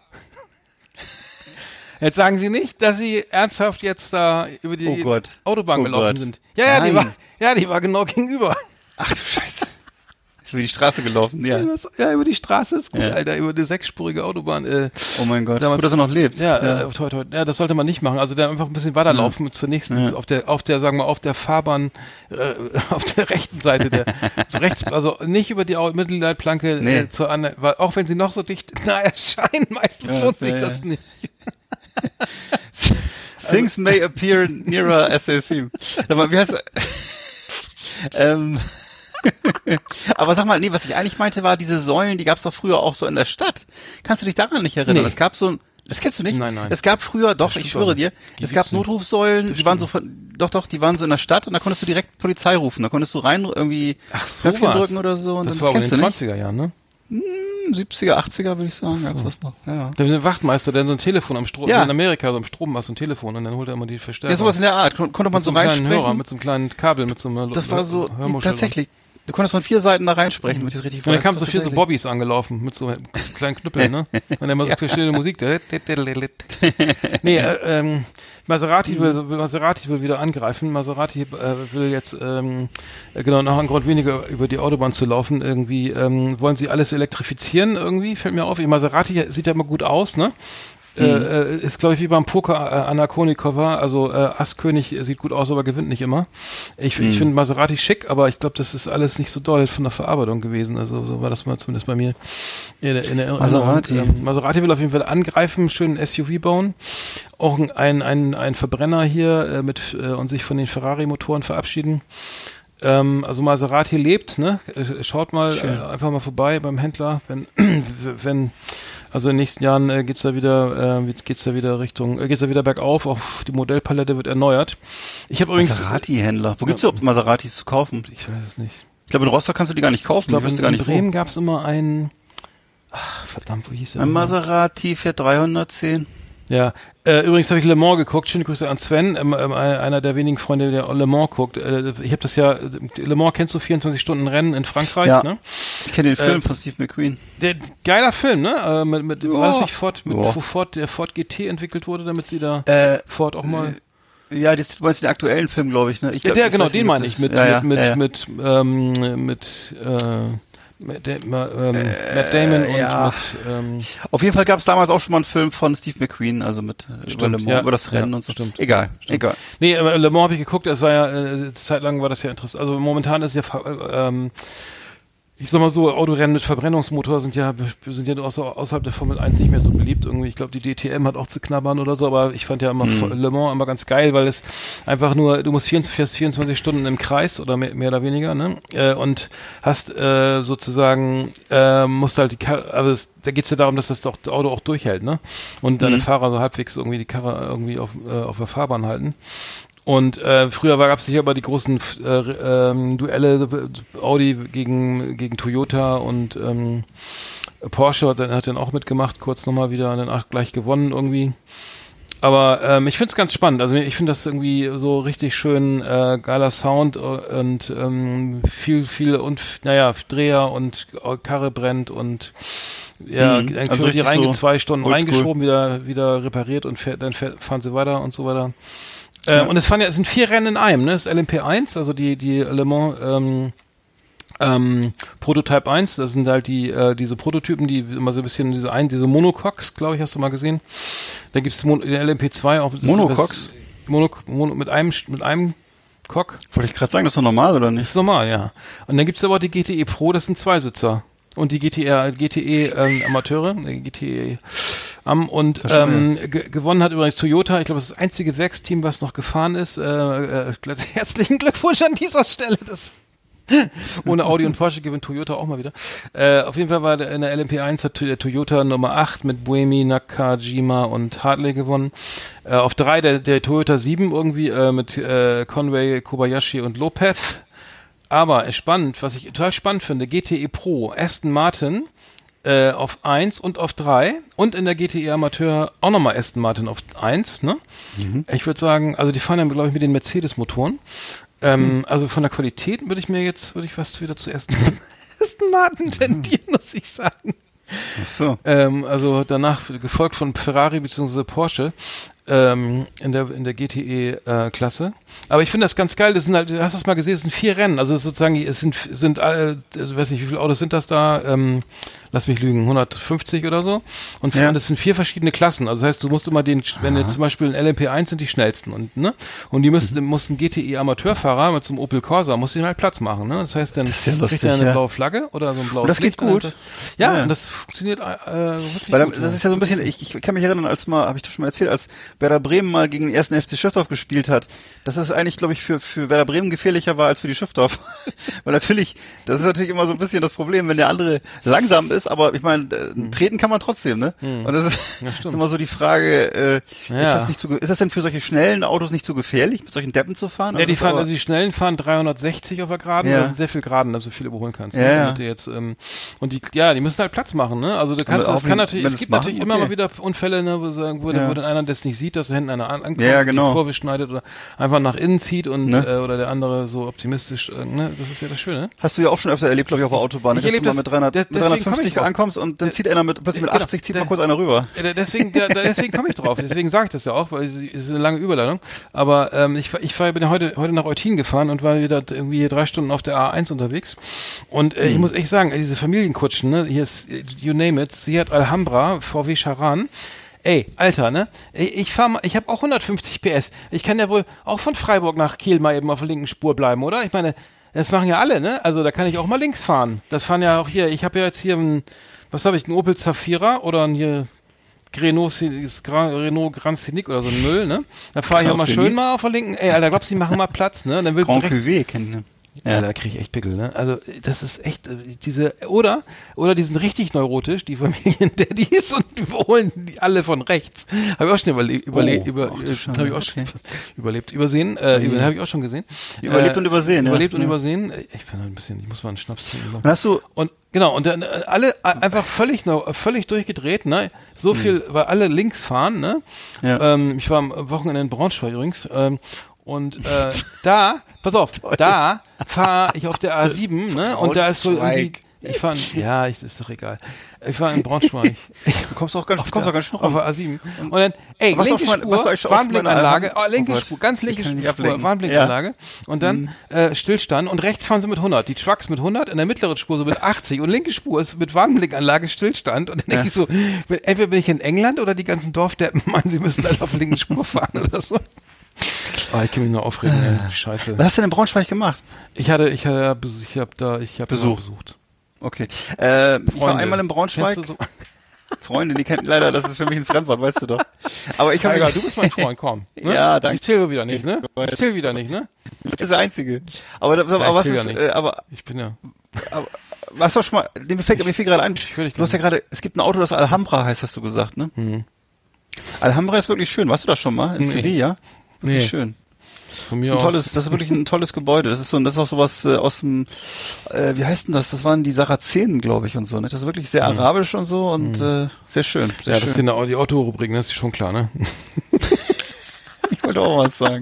Jetzt sagen Sie nicht, dass Sie ernsthaft jetzt da über die Autobahn gelaufen sind. Ja, die war genau gegenüber. Ach du Scheiße. Über die Straße gelaufen, ja. Ja, über die Straße ist gut, Alter, über eine 6-spurige Autobahn. Oh mein Gott, gut, dass er noch lebt. Ja, das sollte man nicht machen. Also dann einfach ein bisschen weiterlaufen zur nächsten, auf der Fahrbahn, auf der rechten Seite rechts, also nicht über die Mittelleitplanke zur anderen, weil auch wenn sie noch so dicht erscheinen, meistens lohnt sich das nicht. Things may appear nearer as they seem. Sag mal, wie heißt aber sag mal, nee, was ich eigentlich meinte, war diese Säulen, die gab's doch früher auch so in der Stadt. Kannst du dich daran nicht erinnern? Nee. Es gab so das kennst du nicht? Nein. Es gab früher, doch, ich schwöre dir, es gab Notrufsäulen, die waren so die waren so in der Stadt und da konntest du direkt Polizei rufen. Da konntest du rein irgendwie Knöpfchen drücken oder so. Und das war aber in den 20er Jahren, ne? 70er, 80er würde ich sagen, gab's das noch. Ja. Da ist ein Wachtmeister, der so ein Telefon am Strom, in Amerika so am Strom hast, so ein Telefon und dann holt er immer die Verstärkung. Ja, sowas in der Art. Konnte man so reinsprechen. Mit so einem kleinen Kabel, mit so einem Das war so, tatsächlich. Du konntest von 4 Seiten da reinsprechen, wenn ich das richtig weiß. Und dann kamen so 4 so Bobbys angelaufen, mit so kleinen Knüppeln, ne? Und dann immer so stille Musik. Nee, Maserati will wieder angreifen. Maserati will jetzt genau noch einen Grund weniger über die Autobahn zu laufen. Irgendwie wollen sie alles elektrifizieren irgendwie. Fällt mir auf. Maserati sieht ja immer gut aus, ne? Ist, glaube ich, wie beim Poker Anna Kournikova, also Asskönig sieht gut aus, aber gewinnt nicht immer. Ich finde Maserati schick, aber ich glaube, das ist alles nicht so doll von der Verarbeitung gewesen. Also so war das mal zumindest bei mir in der Maserati. Maserati will auf jeden Fall angreifen, schönen SUV bauen. Auch ein Verbrenner hier und sich von den Ferrari-Motoren verabschieden. Also Maserati lebt, ne? Schaut mal einfach mal vorbei beim Händler, wenn also in den nächsten Jahren geht's da wieder bergauf, auch die Modellpalette wird erneuert. Ich habe übrigens Maserati-Händler. Wo gibt's überhaupt Maseratis zu kaufen? Ich weiß es nicht. Ich glaube, in Rostock kannst du die gar nicht kaufen. Ich glaube, in Bremen gab's immer einen, verdammt, wo hieß der? Ein Maserati für 310. Ja, übrigens habe ich Le Mans geguckt. Schöne Grüße an Sven, einer der wenigen Freunde, der Le Mans guckt. Ich habe das ja, Le Mans kennst du, 24 Stunden Rennen in Frankreich, ja. Ne? Ich kenne den Film von Steve McQueen. Der geiler Film, ne? War das nicht der Ford GT entwickelt wurde, damit sie da Ford auch mal... Ja, du meinst den aktuellen Film, glaube ich, ne? Den meine ich, mit Matt Damon und mit auf jeden Fall gab es damals auch schon mal einen Film von Steve McQueen, also mit über Le Mans, über das Rennen und so. Stimmt. Egal. Nee, Le Mans habe ich geguckt, das war ja, zeitlang war das ja interessant. Also momentan ist ja ich sag mal so, Autorennen mit Verbrennungsmotor sind ja außerhalb der Formel 1 nicht mehr so beliebt. Irgendwie, ich glaube, die DTM hat auch zu knabbern oder so, aber ich fand ja immer Le Mans immer ganz geil, weil es einfach nur, du musst 24 Stunden im Kreis oder mehr oder weniger, ne? Und hast sozusagen, musst halt aber da geht's ja darum, dass das Auto auch durchhält, ne? Und deine Fahrer so halbwegs irgendwie die Karre irgendwie auf der Fahrbahn halten. Und früher gab es sicher aber die großen Duelle, Audi gegen Toyota und Porsche hat dann auch mitgemacht, kurz nochmal wieder und dann auch gleich gewonnen irgendwie. Aber ich finde es ganz spannend. Also ich finde das irgendwie so richtig schön geiler Sound und viel und Dreher und Karre brennt und also die so 2 Stunden reingeschoben, wieder repariert und dann fahren sie weiter und so weiter. Und es sind 4 Rennen in einem, ne? Das LMP1, also die Le Mans Prototype 1, das sind halt diese Prototypen, die immer so ein bisschen diese Monocoques, glaube ich, hast du mal gesehen. Dann gibt's den LMP2 auch. Monocoques? Mit einem Cock. Wollte ich gerade sagen, das ist doch normal, oder nicht? Das ist normal, ja. Und dann gibt's aber die GTE Pro, das sind 2-Sitzer. Und die GTE Amateure, GTE gewonnen hat übrigens Toyota. Ich glaube, das ist das einzige Werksteam, was noch gefahren ist. Herzlichen Glückwunsch an dieser Stelle. Ohne Audi und Porsche gewinnt Toyota auch mal wieder. Auf jeden Fall war in der LMP1 hat der Toyota Nummer 8 mit Buemi, Nakajima und Hartley gewonnen. Auf 3 der Toyota 7 irgendwie mit Conway, Kobayashi und Lopez. Aber spannend, was ich total spannend finde, GTE Pro, Aston Martin auf 1 und auf 3 und in der GTE Amateur auch nochmal Aston Martin auf 1, ne? Ich würde sagen, also die fahren ja, glaube ich, mit den Mercedes-Motoren. Also von der Qualität würde ich fast wieder zu Aston Martin tendieren, muss ich sagen. Ach so. Also danach gefolgt von Ferrari bzw. Porsche in der GTE-Klasse. Aber ich finde das ganz geil, das sind halt, hast du das mal gesehen, es sind 4 Rennen, also sozusagen, es sind ich weiß nicht, wie viele Autos sind das da, lass mich lügen, 150 oder so. Und das sind 4 verschiedene Klassen. Also das heißt, du musst immer wenn jetzt zum Beispiel ein LMP1 sind die schnellsten und die mussten GTE-Amateurfahrer mit so einem Opel Corsa, musst du halt Platz machen, ne? Das heißt, dann kriegt er eine blaue Flagge oder so ein blaues Licht. Das geht gut. Und das funktioniert wirklich weil gut. Das ist ja so ein bisschen, ich kann mich erinnern, habe ich doch schon mal erzählt, als Werder Bremen mal gegen den 1. FC Schiffdorf gespielt hat, dass das eigentlich, glaube ich, für Werder Bremen gefährlicher war als für die Schiffdorf. Weil natürlich, das ist natürlich immer so ein bisschen das Problem, wenn der andere langsam ist, aber ich meine, treten kann man trotzdem, ne? Und das ist immer so die Frage, ist das denn für solche schnellen Autos nicht so gefährlich, mit solchen Deppen zu fahren? Ja, die schnellen fahren 360 auf der Geraden, das sind sehr viel Geraden, dass du viel überholen kannst. Ja, ne? Jetzt, und die müssen halt Platz machen, ne? Also es gibt natürlich immer mal wieder Unfälle, ne, wo dann einer das nicht sieht, dass da hinten einer ankommt, die Kurve schneidet oder einfach nach innen zieht und oder der andere so optimistisch, ne? Das ist ja das Schöne. Hast du ja auch schon öfter erlebt, glaube ich, auf der Autobahn. Ich erlebe das, mit 350 50 ankommst und dann zieht einer plötzlich mit 80 zieht mal kurz einer rüber. Deswegen komme ich drauf. Deswegen sage ich das ja auch, weil es ist eine lange Überleitung. Aber bin ja heute nach Eutin gefahren und war wieder irgendwie 3 Stunden auf der A1 unterwegs. Und ich muss echt sagen, diese Familienkutschen, ne, hier ist you name it, Seat Alhambra, VW Charan. Ey, Alter, ne? Ich habe auch 150 PS. Ich kann ja wohl auch von Freiburg nach Kiel mal eben auf der linken Spur bleiben, oder? Ich meine, das machen ja alle, ne? Also da kann ich auch mal links fahren. Das fahren ja auch hier. Ich habe ja jetzt hier einen Opel Zafira oder ein Renault Grand Scenic oder so ein Müll, ne? Da fahre ich auch mal schön mal auf der linken. Ey, Alter, glaubst du, die machen mal Platz, ne? Dann willst Grand du Cuvée kennen. Ja, da kriege ich echt Pickel, ne? Also, das ist echt, oder die sind richtig neurotisch, die Familien-Daddies und überholen die alle von rechts. Habe ich auch schon übersehen, habe ich auch schon gesehen. Überlebt und übersehen, Überlebt und übersehen. Ich muss mal einen Schnaps trinken. Und hast du... Und, genau, und dann alle einfach völlig durchgedreht, ne? So viel, weil alle links fahren, ne? Ja. Ich war am Wochenende in Braunschweig übrigens, und da, pass auf, da fahre ich auf der A7, ne? Und da ist so irgendwie, ist doch egal. Ich fahre in Braunschweig. Du kommst auch ganz schön auf der A7. Und dann, linke Spur, Warnblinkanlage, ganz linke Spur, Warnblinkanlage. Und dann Stillstand und rechts fahren sie mit 100. Die Trucks mit 100, in der mittleren Spur so mit 80 und linke Spur ist mit Warnblinkanlage Stillstand. Und dann denke ich so, entweder bin ich in England oder die ganzen Dorfdeppen meinen, sie müssen alle auf der linken Spur fahren oder so. Ich kann mich nur aufregen, ey. Scheiße. Was hast du denn in Braunschweig gemacht? Ich habe besucht. Okay. Ich war einmal in Braunschweig. So? Freunde, die kennen leider, das ist für mich ein Fremdwort, weißt du doch. Aber ich habe du bist mein Freund, komm. Ne? Ja, danke. Ich zähle wieder nicht, ne? Das ist der Einzige. Aber was ist, aber ich bin ja. Aber, was doch schon mal, mir fiel gerade ein. Du hast ja gerade, es gibt ein Auto, das Alhambra heißt, hast du gesagt, ne? Mhm. Alhambra ist wirklich schön. Warst du das schon mal? In Sevilla? Wirklich schön. Von mir aus. Das ist wirklich ein tolles Gebäude. Das ist auch sowas aus dem, wie heißt denn das? Das waren die Sarazenen, glaube ich, und so. Ne? Das ist wirklich sehr arabisch und so und sehr schön. Sehr schön. Das sind die Autorubrik, das ist schon klar, ne? Ich wollte auch was sagen.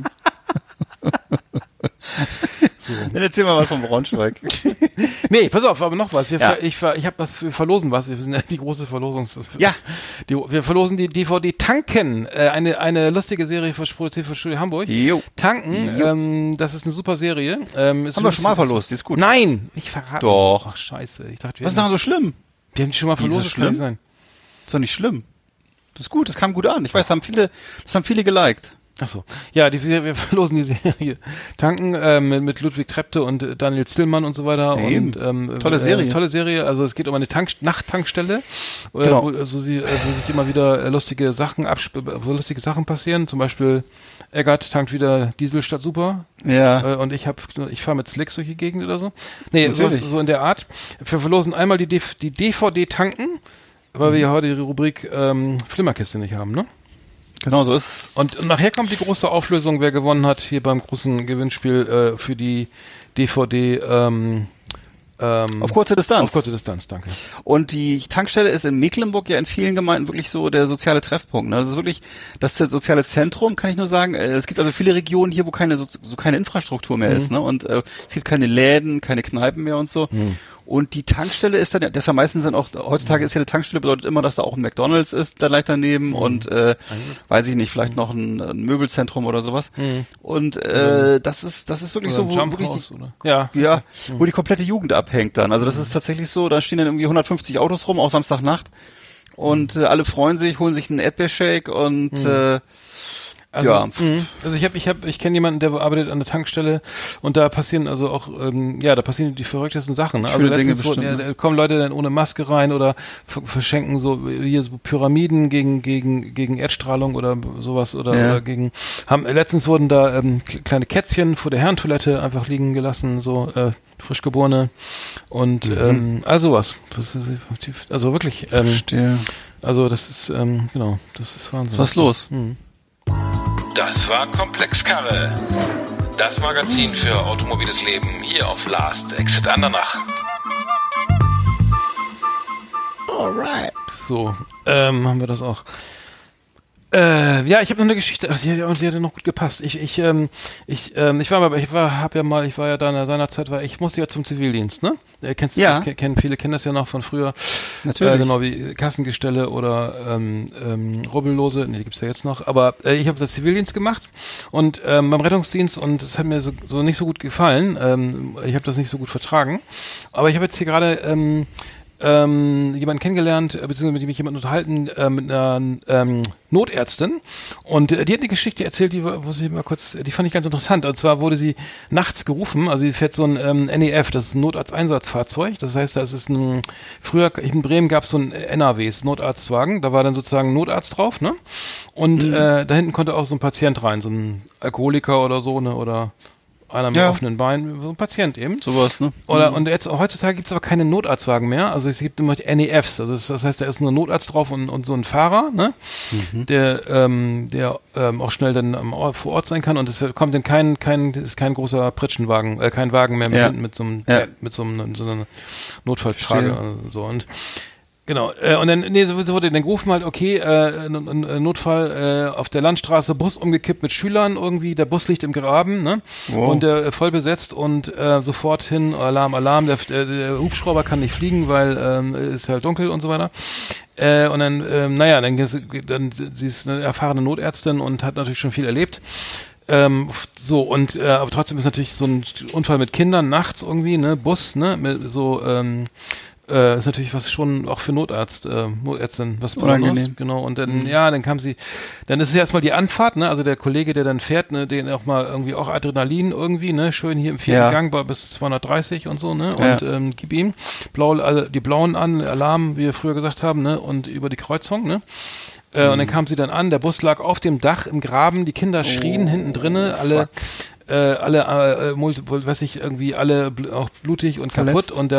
So. Dann erzähl mal was von Braunschweig. Nee, pass auf, aber noch was. Wir verlosen was. Wir sind ja die große Ja. Wir verlosen die DVD Tanken. Eine lustige Serie produziert von Studio Hamburg. Jo. Tanken, das ist eine super Serie. Haben wir schon mal verlost, die ist gut. Nein, nicht verraten. Doch. Ach, scheiße. Ich dachte, was ist daran so schlimm? Wir haben die schon mal verlost, das kann nicht sein. Ist doch nicht schlimm. Das ist gut, das kam gut an. Ich weiß, das haben viele geliked. Ach so. Ja, wir verlosen die Serie Tanken mit Ludwig Trepte und Daniel Stillmann und so weiter. Ja, und tolle Serie. Tolle Serie. Also es geht um eine Nachttankstelle, genau. wo sich immer wieder lustige Sachen passieren. Zum Beispiel Eggert tankt wieder Diesel statt Super. Ja. Und ich fahre mit Slicks durch die Gegend oder so. Nee, so in der Art. Wir verlosen einmal die DVD Tanken, weil wir ja heute die Rubrik Flimmerkiste nicht haben, ne? Genau, so ist. Und nachher kommt die große Auflösung, wer gewonnen hat hier beim großen Gewinnspiel für die DVD auf kurze Distanz. Auf kurze Distanz, danke. Und die Tankstelle ist in Mecklenburg ja in vielen Gemeinden wirklich so der soziale Treffpunkt. Ne? Das ist wirklich das soziale Zentrum, kann ich nur sagen. Es gibt also viele Regionen hier, wo keine Infrastruktur mehr ist. Ne? Und es gibt keine Läden, keine Kneipen mehr und so. Und die Tankstelle ist dann, das ja meistens dann auch, heutzutage ist ja eine Tankstelle, bedeutet immer, dass da auch ein McDonald's ist, da gleich daneben und, weiß ich nicht, vielleicht noch ein Möbelzentrum oder sowas. Und, das ist wirklich oder so, wo wirklich, wo die komplette Jugend abhängt dann. Also das ist tatsächlich so, da stehen dann irgendwie 150 Autos rum, auch Samstagnacht. Und, alle freuen sich, holen sich einen Erdbeershake und, also ich kenne jemanden, der arbeitet an der Tankstelle und da passieren also auch, da passieren die verrücktesten Sachen. Ne? Also letztens kommen Leute dann ohne Maske rein oder verschenken so hier so Pyramiden gegen Erdstrahlung oder sowas oder letztens wurden da kleine Kätzchen vor der Herrentoilette einfach liegen gelassen, so frisch geborene und also was. Also wirklich. Verstehe. Also das ist das ist Wahnsinn. Was ist los? Das war Komplexkarre. Das Magazin für automobiles Leben hier auf Last Exit Andernach. Alright. So, haben wir das auch. Ja, ich habe noch eine Geschichte. Ach, die hatte noch gut gepasst. Ich war ja da in seiner Zeit, ich musste ja zum Zivildienst, ne? Viele kennen das ja noch von früher. Natürlich. Genau wie Kassengestelle oder Rubbellose. Nee, die gibt's ja jetzt noch. Aber ich habe das Zivildienst gemacht und beim Rettungsdienst und es hat mir so nicht so gut gefallen. Ich habe das nicht so gut vertragen. Aber ich habe jetzt hier gerade jemanden kennengelernt, beziehungsweise mit dem mich jemand unterhalten, mit einer Notärztin und die hat eine Geschichte erzählt, die fand ich ganz interessant. Und zwar wurde sie nachts gerufen, also sie fährt so ein NEF, das ist ein Notarzteinsatzfahrzeug, das heißt, früher in Bremen gab es so ein NAWs, Notarztwagen, da war dann sozusagen ein Notarzt drauf, ne? Und da hinten konnte auch so ein Patient rein, so ein Alkoholiker oder so, ne? Oder einer mit offenen Beinen, so ein Patient eben. Sowas, ne? Und jetzt, heutzutage gibt es aber keine Notarztwagen mehr, also es gibt immer NEFs, also das heißt, da ist nur ein Notarzt drauf und so ein Fahrer, ne? Der auch schnell dann vor Ort sein kann und es kommt in ist kein großer Pritschenwagen, kein Wagen mehr mit so einer Notfalltrage und so und genau, und dann, so wurde dann gerufen halt, okay, Notfall auf der Landstraße, Bus umgekippt mit Schülern irgendwie, der Bus liegt im Graben, ne? Wow. Und voll besetzt und sofort hin, Alarm, der Hubschrauber kann nicht fliegen, weil ist halt dunkel und so weiter. Und dann, dann sie ist eine erfahrene Notärztin und hat natürlich schon viel erlebt. Aber trotzdem ist natürlich so ein Unfall mit Kindern nachts irgendwie, ne, Bus, ne, mit so, ist natürlich was schon auch für Notärztin was Besonderes. Genau. Und dann, dann kam sie, dann ist es erstmal die Anfahrt, ne, also der Kollege, der dann fährt, ne, den auch mal irgendwie auch Adrenalin irgendwie, ne, schön hier im 4. Gang bis 230 und so, ne, und gib ihm die blauen an, Alarm, wie wir früher gesagt haben, ne, und über die Kreuzung, ne. Und dann kam sie dann an, der Bus lag auf dem Dach im Graben, die Kinder schrien hinten drinnen, alle alle auch blutig und verletzt. Kaputt und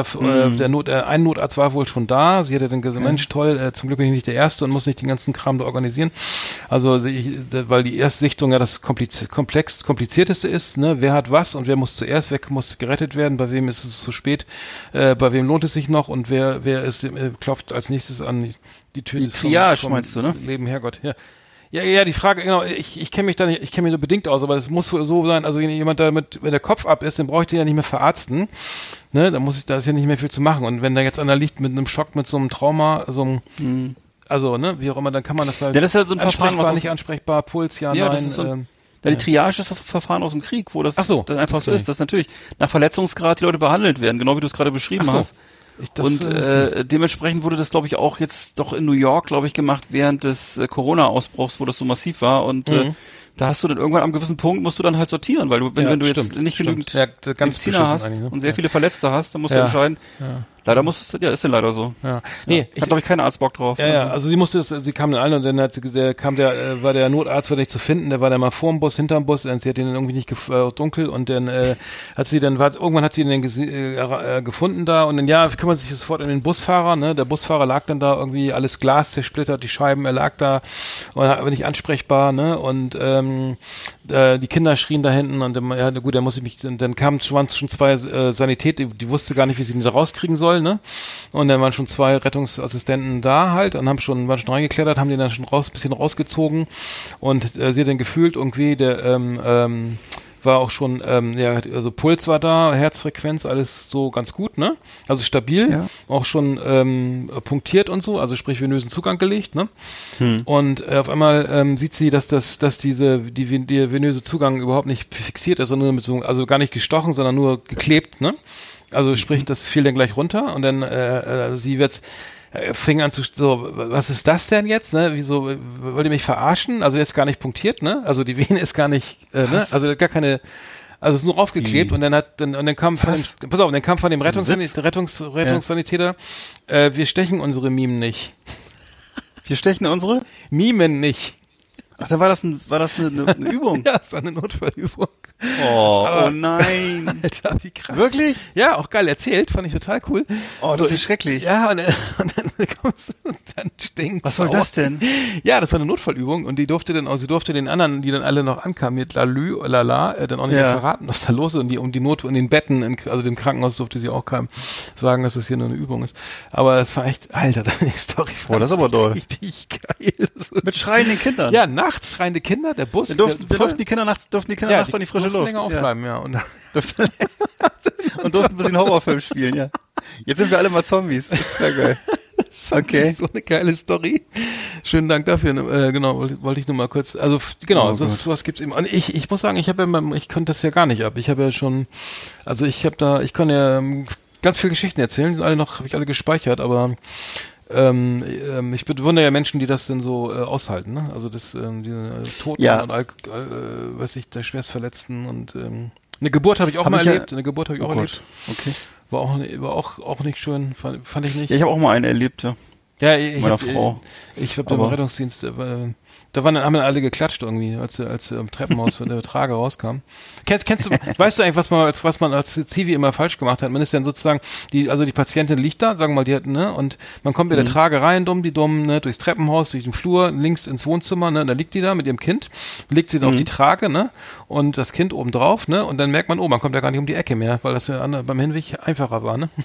ein Notarzt war wohl schon da. Sie hatte dann gesagt, Mensch, toll, zum Glück bin ich nicht der Erste und muss nicht den ganzen Kram da organisieren. Also, weil die Erstsichtung ja das komplizierteste ist, ne? Wer hat was und wer muss zuerst, wer muss gerettet werden, bei wem ist es zu spät, bei wem lohnt es sich noch und wer klopft als nächstes an die Tür. Die Triage meinst du, ne? Leben, Herrgott, ja. Ja, die Frage, genau, ich kenne mich da nicht, ich kenne mich nur bedingt aus, aber es muss so sein, also wenn jemand damit, wenn der Kopf ab ist, dann brauche ich den ja nicht mehr verarzten, ne, da ist ja nicht mehr viel zu machen und wenn da jetzt einer liegt mit einem Schock, mit so einem Trauma, also, ne, wie auch immer, dann kann man das halt, das ist halt so ein Verfahren, was nicht ansprechbar, Puls, nein, die Triage ist das Verfahren aus dem Krieg, wo das dann einfach so ist, dass natürlich nach Verletzungsgrad die Leute behandelt werden, genau wie du es gerade beschrieben hast. Dementsprechend wurde das, glaube ich, auch jetzt doch in New York, glaube ich, gemacht während des Corona-Ausbruchs, wo das so massiv war und da hast du dann irgendwann am gewissen Punkt musst du dann halt sortieren, weil wenn du jetzt nicht genügend Mediziner hast und sehr viele Verletzte hast, dann musst du entscheiden. Leider ist denn leider so. Ja. Nee, hat glaube ich keinen Arzt Bock drauf. Also sie kam dann an und dann war der Notarzt nicht zu finden, der war dann mal vor dem Bus, hinterm Bus, und sie hat ihn dann irgendwie nicht dunkel und dann irgendwann hat sie ihn dann gefunden da und dann kümmert sich sofort um den Busfahrer, ne? Der Busfahrer lag dann da irgendwie, alles Glas zersplittert, die Scheiben, er lag da und war nicht ansprechbar, ne? Und die Kinder schrien da hinten und dann kamen schon zwei Sanitäter, die wusste gar nicht, wie sie ihn da rauskriegen soll, ne? Und dann waren schon zwei Rettungsassistenten da halt und waren schon reingeklettert, haben den dann schon bisschen rausgezogen und sie hat dann gefühlt irgendwie, der war auch schon, also Puls war da, Herzfrequenz, alles so ganz gut, ne? Also stabil, auch schon punktiert und so, also sprich venösen Zugang gelegt, ne? Und auf einmal sieht sie, dass der venöse Zugang überhaupt nicht fixiert ist, sondern also gar nicht gestochen, sondern nur geklebt, ne? Also sprich, das fiel dann gleich runter und dann fing an was ist das denn jetzt, ne? Wieso, wollt ihr mich verarschen? Also der ist gar nicht punktiert, ne? Also die Vene ist gar nicht, ne? Also gar keine, also es ist nur aufgeklebt und dann kam von dem Rettungssanitäter, wir stechen unsere Mimen nicht. Wir stechen unsere? Mimen nicht. Ach, da war das eine Übung? Ja, das war eine Notfallübung. Oh nein. Alter, wie krass. Wirklich? Ja, auch geil erzählt, fand ich total cool. Oh, das ist schrecklich. Ja, und dann stinkt. Was soll das denn? Ja, das war eine Notfallübung und sie durfte den anderen, die dann alle noch ankamen, mit Lalü, Lala, dann auch nicht mehr verraten, was da los ist und um die Not in den Betten, also dem Krankenhaus durfte sie auch sagen, dass das hier nur eine Übung ist. Aber das war echt, Alter, die Story. Oh, das ist aber doll. Richtig geil. Mit schreienden Kindern. Ja, nachts schreiende Kinder, der Bus. Durften die Kinder nachts an die frische Luft. Länger aufbleiben, ja. Und durften ein bisschen Horrorfilm spielen, ja. Jetzt sind wir alle mal Zombies. Das ist ja geil. Okay. So eine geile Story. Schönen Dank dafür. Genau, wollte ich nur mal kurz. Also genau, sowas gibt's eben. Und ich muss sagen, ich konnte das ja gar nicht ab. Ich habe ja schon, also ich kann ja ganz viele Geschichten erzählen. Habe ich alle gespeichert, aber ich bewundere ja Menschen, die das denn so aushalten, ne? Also diese Toten und weiß ich, der Schwerstverletzten und eine Geburt habe ich auch mal erlebt. Eine Geburt habe ich auch erlebt. Okay. War auch nicht schön, fand ich nicht. Ja, ich habe auch mal eine erlebt, ja. Ja, Frau. Ich habe im Rettungsdienst, haben dann alle geklatscht irgendwie, als im Treppenhaus von der Trage rauskam. Weißt du eigentlich, was man als Zivi immer falsch gemacht hat? Man ist dann sozusagen, die Patientin liegt da, sagen wir mal, die hat, ne, und man kommt mit der Trage rein, ne, durchs Treppenhaus, durch den Flur, links ins Wohnzimmer, ne, und da liegt die da mit ihrem Kind, legt sie dann auf die Trage, ne, und das Kind oben drauf, ne, und dann merkt man, man kommt ja gar nicht um die Ecke mehr, weil das ja beim Hinweg einfacher war, ne.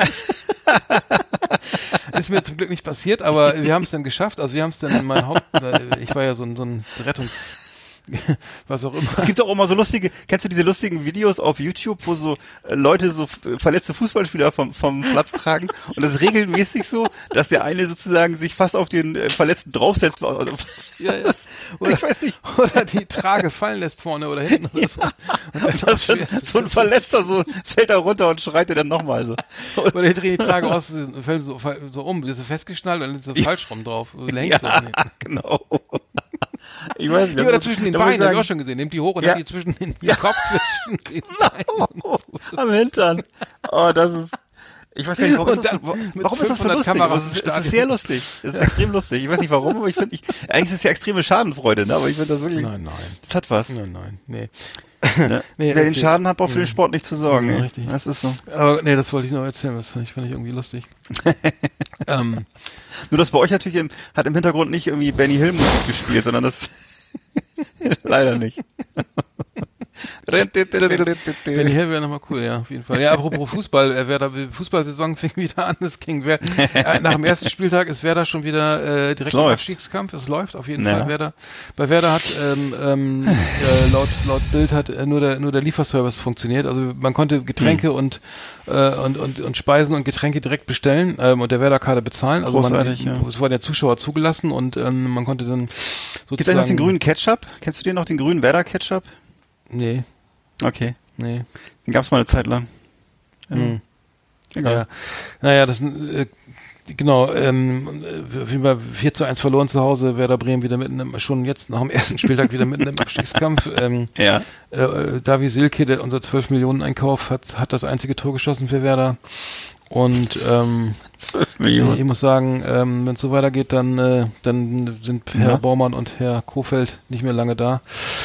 Ist mir zum Glück nicht passiert, aber wir haben es dann geschafft. Also wir haben es dann ich war ja so ein was auch immer. Es gibt auch immer so kennst du diese lustigen Videos auf YouTube, wo so Leute so verletzte Fußballspieler vom Platz tragen und das ist regelmäßig so, dass der eine sozusagen sich fast auf den Verletzten draufsetzt. Ja. Oder, ich weiß nicht. Oder die Trage fallen lässt vorne oder hinten oder so. Und dann so ein Verletzter fällt da runter und schreit dann nochmal so. Oder die drehen die Trage aus, fällt so um, ist so festgeschnallt und dann ist so falsch rum drauf. Genau. Ich weiß nicht. Oder zwischen den Beinen, habe ich auch schon gesehen. Nimmt die hoch und hat die zwischen den Kopf zwischen den Beinen. Am Hintern. Oh, das ist... Ich weiß gar nicht, warum ist das so lustig? Es ist sehr lustig. Es ist extrem lustig. Ich weiß nicht warum, aber ich finde, eigentlich ist es ja extreme Schadenfreude, ne? Aber ich finde das wirklich... Nein. Das hat was. Nein. Nee. Ne? Wer den Schaden hat, braucht für den Sport nicht zu sorgen. Ja, richtig. Das ist so. Aber nee, das wollte ich noch erzählen. Das fand ich irgendwie lustig. Nur das bei euch natürlich hat im Hintergrund nicht irgendwie Benny Hill Musik gespielt, sondern das leider nicht. Benny Hill wäre nochmal cool, ja, auf jeden Fall. Ja, apropos Fußball, Fußballsaison fing wieder an, es ging nach dem ersten Spieltag ist Werder schon wieder direkt im Abstiegskampf, es läuft auf jeden Fall. Werder. Bei Werder hat laut Bild hat nur der Lieferservice funktioniert, also man konnte Getränke und Speisen und Getränke direkt bestellen und der Werder-Karte bezahlen. Also es waren ja Zuschauer zugelassen und man konnte dann sozusagen... Gibt es noch den grünen Ketchup? Kennst du den noch, den grünen Werder-Ketchup? Nee. Okay. Nee. Den gab es mal eine Zeit lang. Egal. Ja. Naja, das genau, auf jeden Fall 4:1 verloren zu Hause, Werder Bremen wieder schon jetzt nach dem ersten Spieltag wieder mitten im Abstiegskampf. Davi Silke, unser 12 Millionen Einkauf, hat das einzige Tor geschossen für Werder. Und 12 Millionen. Ich muss sagen, wenn es so weitergeht, dann sind Herr Baumann und Herr Kofeld nicht mehr lange da.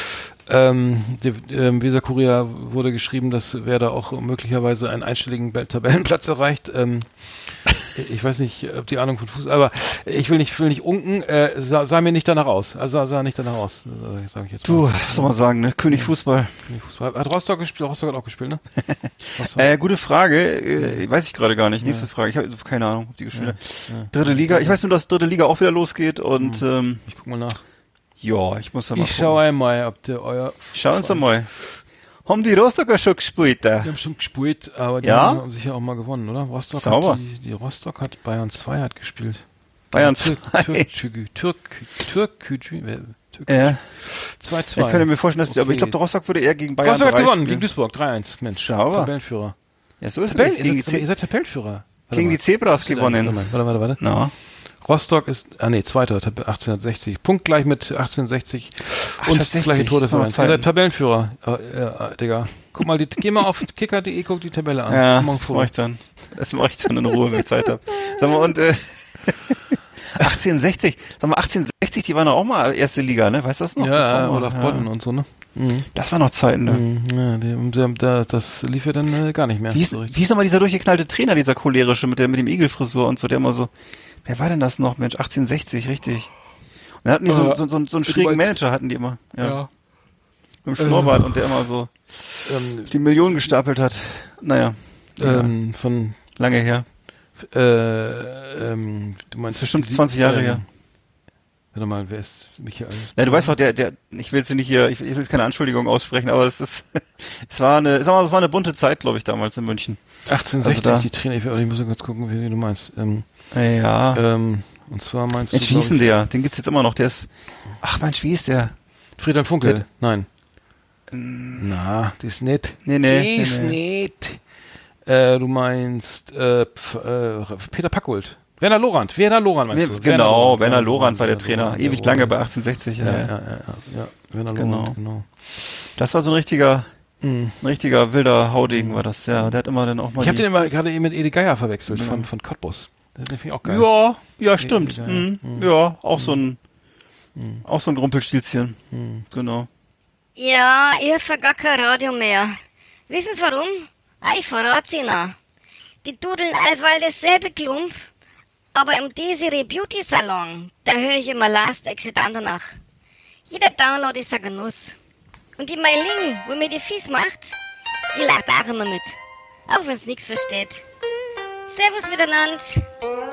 Weser-Kurier wurde geschrieben, dass Werder auch möglicherweise einen einstelligen Tabellenplatz erreicht. Ich weiß nicht, ob die Ahnung von Fußball, aber ich will nicht unken, sah mir nicht danach aus. Also sah nicht danach aus, sage ich jetzt mal. Du, was soll man sagen, ne? König Fußball. Hat Rostock gespielt? Rostock hat auch gespielt, ne? Gute Frage, weiß ich gerade gar nicht. Nächste Frage, ich habe keine Ahnung, ob die gespielt haben. Dritte Liga, ich weiß nur, dass dritte Liga auch wieder losgeht und ich guck mal nach. Ja, ich muss da mal gucken. Ich schau einmal, ob der Schau uns einmal. Haben die Rostocker schon gespielt? Die haben schon gespielt, aber die haben sicher auch mal gewonnen, oder? Sauber. Die Rostock hat Bayern 2 hat gespielt. Bayern 2. Türkgücü. Ja. 2-2. Ich könnte mir vorstellen, dass aber ich glaube, der Rostock würde eher gegen Bayern Rostock hat gewonnen, spielen. gegen Duisburg, 3-1. Mensch, sauber. Tabellenführer. Ja, so ist es. Ihr seid Tabellenführer. Gegen die Zebras gewonnen. Warte. No. Rostock ist, Zweiter, 1860. Punktgleich mit 1860 und gleiche Tordifferenz. Ihr seid Tabellenführer, Digga. Guck mal, geh mal auf kicker.de, guck die Tabelle an. Ja, das mach ich dann in Ruhe, wenn ich Zeit habe. Sag mal, und 1860, sag mal, 1860, die waren doch auch mal erste Liga, ne? Weißt du das noch? Ja, Olaf Bodden und so, ne? Das war noch Zeiten, ne? Ja, das lief ja dann gar nicht mehr. Wie ist nochmal dieser durchgeknallte Trainer, dieser cholerische mit dem Igelfrisur und so, der immer so, wer war denn das noch, Mensch, 1860, richtig. Und dann hatten die so einen schrägen Manager, hatten die immer. Ja. Mit dem Schnurrbart und der immer so die Millionen gestapelt hat. Naja. Von lange her. Du meinst bestimmt 20 Jahre her. Warte mal, wer ist Michael? Ja, du weißt doch, der, ich will jetzt nicht hier, ich will jetzt keine Anschuldigung aussprechen, aber es war eine bunte Zeit, glaube ich, damals in München. 1860, also die Trainer, ich muss kurz gucken, wie du meinst. Und zwar meinst du. Mensch, wie hieß denn der? Den gibt's jetzt immer noch, der ist, Mensch, wie ist der? Friedhelm Funkel? Nein. Na, das ist nicht. Nee. Das ist nicht. Du meinst, Peter Packold. Werner Lorand meinst du? Genau, Werner Lorand war der Trainer. Ewig lange bei 1860. Ja. Werner Lorand, genau. Das war so ein richtiger wilder Haudegen war das, ja. Der hat immer dann auch mal. Ich habe den immer gerade eben mit Ede Geier verwechselt von Cottbus. Den finde ich auch geil. Ja, stimmt. Ja, auch so ein Grumpelstilzchen. Genau. Ja, ich höre gar kein Radio mehr. Wissen Sie warum? Ich verrat's Ihnen. Die dudeln allweil dasselbe Klump. Aber im Desiree Beauty Salon, da höre ich immer Last Exit Andernach. Jeder Download ist ein Genuss. Und die Meiling, wo mir die fies macht, die lacht auch immer mit. Auch wenn's nix versteht. Servus miteinander.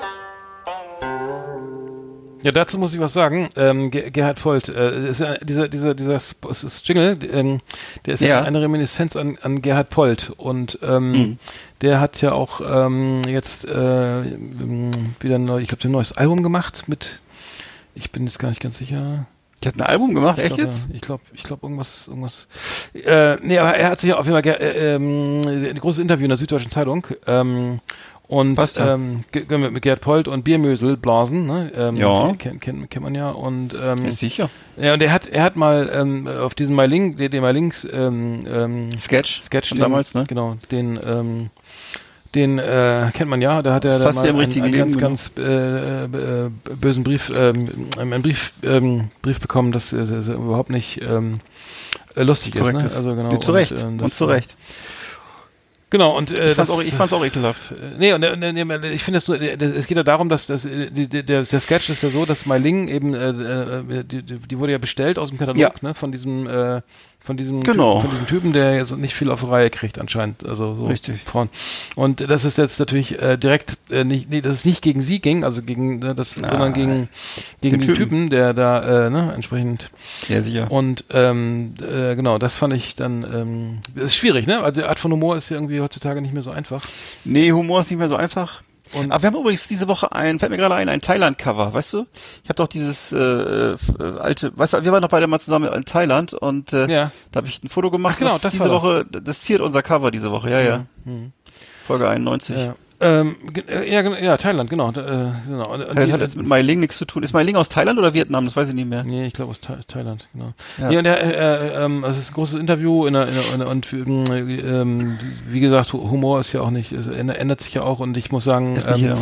Ja, dazu muss ich was sagen. Gerhard Polt, ist dieser Jingle, der ist ja eine Reminiszenz an Gerhard Polt und der hat ja auch jetzt wieder ein neues Album gemacht mit, ich bin jetzt gar nicht ganz sicher. Der hat ein Album gemacht, echt jetzt? Ich glaube irgendwas. Aber er hat sich ja auf jeden Fall ein großes Interview in der Süddeutschen Zeitung. Und mit Gerd Polt und Biermösel blasen, ne? Kennt man ja. Und ist sicher. Ja, und er hat mal auf diesem den MyLinks Sketch damals, ne? Genau, den kennt man ja, da hat er dann mal einen ganz bösen Brief, einen Brief bekommen, dass er überhaupt nicht lustig ist, ne? Also genau. Zu Recht. Und zu Recht. Genau, und ich fand's auch ekelhaft. Nee, und ich finde es geht ja darum, dass der Sketch ist ja so, dass Meiling eben die wurde ja bestellt aus dem Katalog, ne, von diesem Typen, der jetzt nicht viel auf die Reihe kriegt anscheinend, also so richtig. Frauen. Und das ist jetzt natürlich direkt dass es nicht gegen sie ging, also gegen sondern gegen den Typen, der da entsprechend. Ja, sicher. Und genau, das fand ich dann ist schwierig, ne? Also die Art von Humor ist ja irgendwie heutzutage nicht mehr so einfach. Nee, Humor ist nicht mehr so einfach. Aber wir haben übrigens diese Woche fällt mir gerade ein Thailand-Cover, weißt du? Ich habe doch dieses alte, weißt du, wir waren doch beide mal zusammen in Thailand und da habe ich ein Foto gemacht. Ach, genau, das diese Woche, das ziert unser Cover diese Woche, ja. Folge 91. Ja. Thailand, genau. Und das hat jetzt mit Meiling nichts zu tun. Ist Meiling aus Thailand oder Vietnam? Das weiß ich nicht mehr. Nee, ich glaube aus Thailand, genau. Ja. Nee, und es ist ein großes Interview und wie gesagt, Humor ist ja auch nicht, es ändert sich ja auch und ich muss sagen,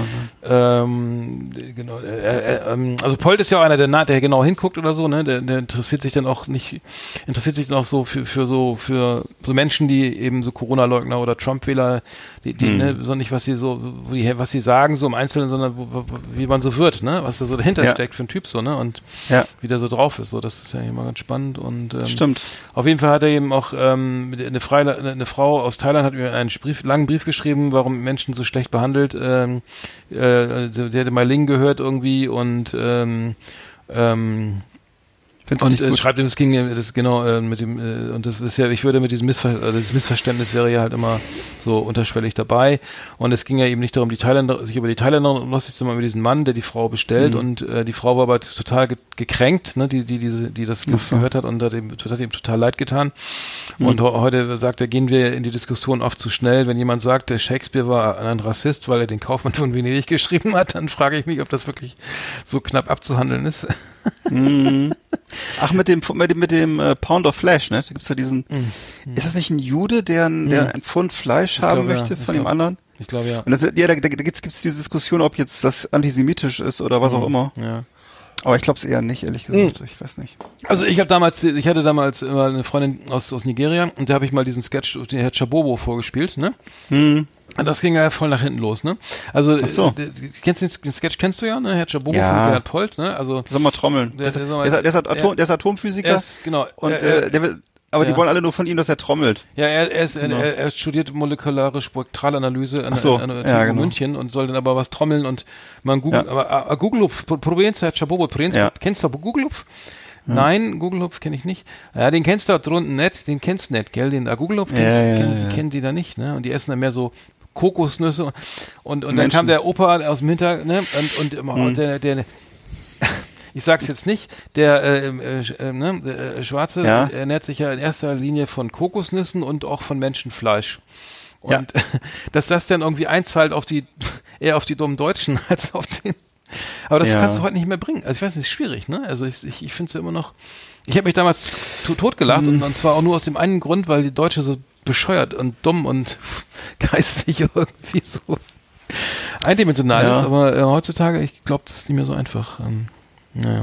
genau, also Polt ist ja auch einer, der genau hinguckt oder so, ne, der interessiert sich dann auch so für so Menschen, die eben so Corona-Leugner oder Trump-Wähler, die ne, so nicht, was sie sagen, so im Einzelnen, sondern wie man so wird, ne? Was da so dahinter steckt für ein Typ so, ne? Und wie der so drauf ist, so, das ist ja immer ganz spannend und stimmt. Auf jeden Fall hat er eben auch eine Frau aus Thailand hat mir einen langen Brief geschrieben, warum Menschen so schlecht behandelt. Der hätte mal Ling gehört irgendwie und schreibt ihm, es ging das genau mit dem und das ist ja, ich würde mit diesem das Missverständnis wäre ja halt immer so unterschwellig dabei und es ging ja eben nicht darum, sich über die Thailänder lustig zu machen, über diesen Mann, der die Frau bestellt und die Frau war aber total gekränkt, ne, die das gehört hat und hat ihm total leid getan und heute sagt er, gehen wir in die Diskussion oft zu schnell, wenn jemand sagt, der Shakespeare war ein Rassist, weil er den Kaufmann von Venedig geschrieben hat, dann frage ich mich, ob das wirklich so knapp abzuhandeln ist. Ach, mit dem Pound of Flesh, ne? Da gibt's ja diesen, ist das nicht ein Jude, der ein Pfund Fleisch haben möchte von dem anderen? Ich glaube, ja. Und da gibt's diese Diskussion, ob jetzt das antisemitisch ist oder was auch immer. Ja. Aber ich glaube es eher nicht, ehrlich gesagt. Ich weiß nicht. Also ich hatte damals immer eine Freundin aus Nigeria und da habe ich mal diesen Sketch, den Herr Chabobo vorgespielt, ne? Und das ging ja voll nach hinten los, ne? Also Ach so. Den Sketch kennst du ja, ne? Herr Chabobo Ja. von Gerhard Polt, ne? Also Soll mal trommeln. Der ist Atomphysiker. Genau. Und aber die wollen alle nur von ihm, dass er trommelt. Ja, er studiert molekulare Spektralanalyse an der TU München und soll dann aber was trommeln und man googelt, aber Google-Hupf, probieren's, Herr Chabobo, kennst du Google-Hupf? Nein, Google-Hupf kenne ich nicht. Ja, den kennst du da drunten nicht, den kennst du nicht, gell? Den Google-Hupf, kennen die da nicht, ne? Und die essen dann mehr so Kokosnüsse und dann kam der Opa aus dem Hintergrund, ne? Und der ich sag's jetzt nicht, der Schwarze ernährt sich ja in erster Linie von Kokosnüssen und auch von Menschenfleisch. Und dass das dann irgendwie einzahlt eher auf die dummen Deutschen als auf den. Aber das kannst du heute nicht mehr bringen. Also ich weiß nicht, ist schwierig, ne? Also ich finde es ja immer noch. Ich habe mich damals totgelacht und zwar auch nur aus dem einen Grund, weil die Deutsche so bescheuert und dumm und geistig irgendwie so eindimensional ist. Aber heutzutage, ich glaube, das ist nicht mehr so einfach. Naja.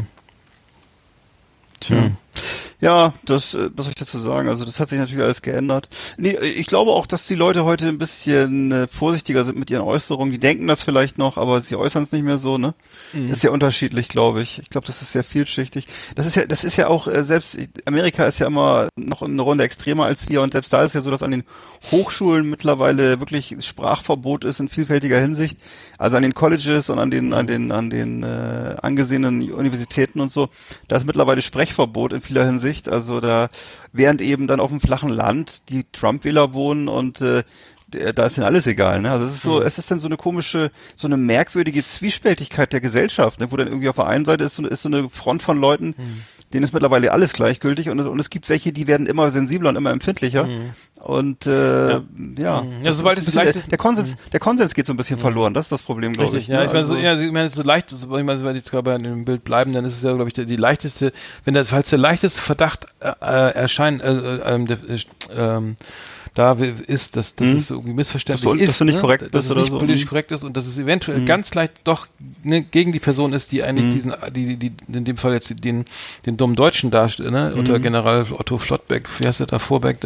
Tja. Ja, was soll ich dazu sagen? Also das hat sich natürlich alles geändert. Nee, ich glaube auch, dass die Leute heute ein bisschen vorsichtiger sind mit ihren Äußerungen. Die denken das vielleicht noch, aber sie äußern es nicht mehr so, ne? Ist ja unterschiedlich, glaube ich. Ich glaube, das ist sehr vielschichtig. Das ist ja auch, selbst Amerika ist ja immer noch eine Runde extremer als wir und selbst da ist ja so, dass an den Hochschulen mittlerweile wirklich Sprachverbot ist in vielfältiger Hinsicht. Also an den Colleges und an den angesehenen Universitäten und so. Da ist mittlerweile Sprechverbot in vieler Hinsicht. Also da, während eben dann auf dem flachen Land die Trump-Wähler wohnen und da ist denen alles egal, ne? Also es ist so, es ist dann so eine komische, so eine merkwürdige Zwiespältigkeit der Gesellschaft, ne? Wo dann irgendwie auf der einen Seite ist so eine Front von Leuten, denen ist mittlerweile alles gleichgültig und es gibt welche, die werden immer sensibler und immer empfindlicher. Und Also sobald es leicht ist, der Konsens geht so ein bisschen verloren, das ist das Problem, glaube ich. Ja, Ne? ich meine, so leicht, wenn wir jetzt gerade bei dem Bild bleiben, dann ist es ja, glaube ich, die leichteste, falls der leichteste Verdacht erscheint, da ist, dass es irgendwie missverständlich ist, dass du nicht korrekt bist dass es oder nicht so. politisch korrekt ist und dass es eventuell ganz leicht doch gegen die Person ist, die eigentlich die in dem Fall jetzt den dummen Deutschen darstellt, ne, unter General Otto Flottbeck, wie heißt der da, Vorbeck,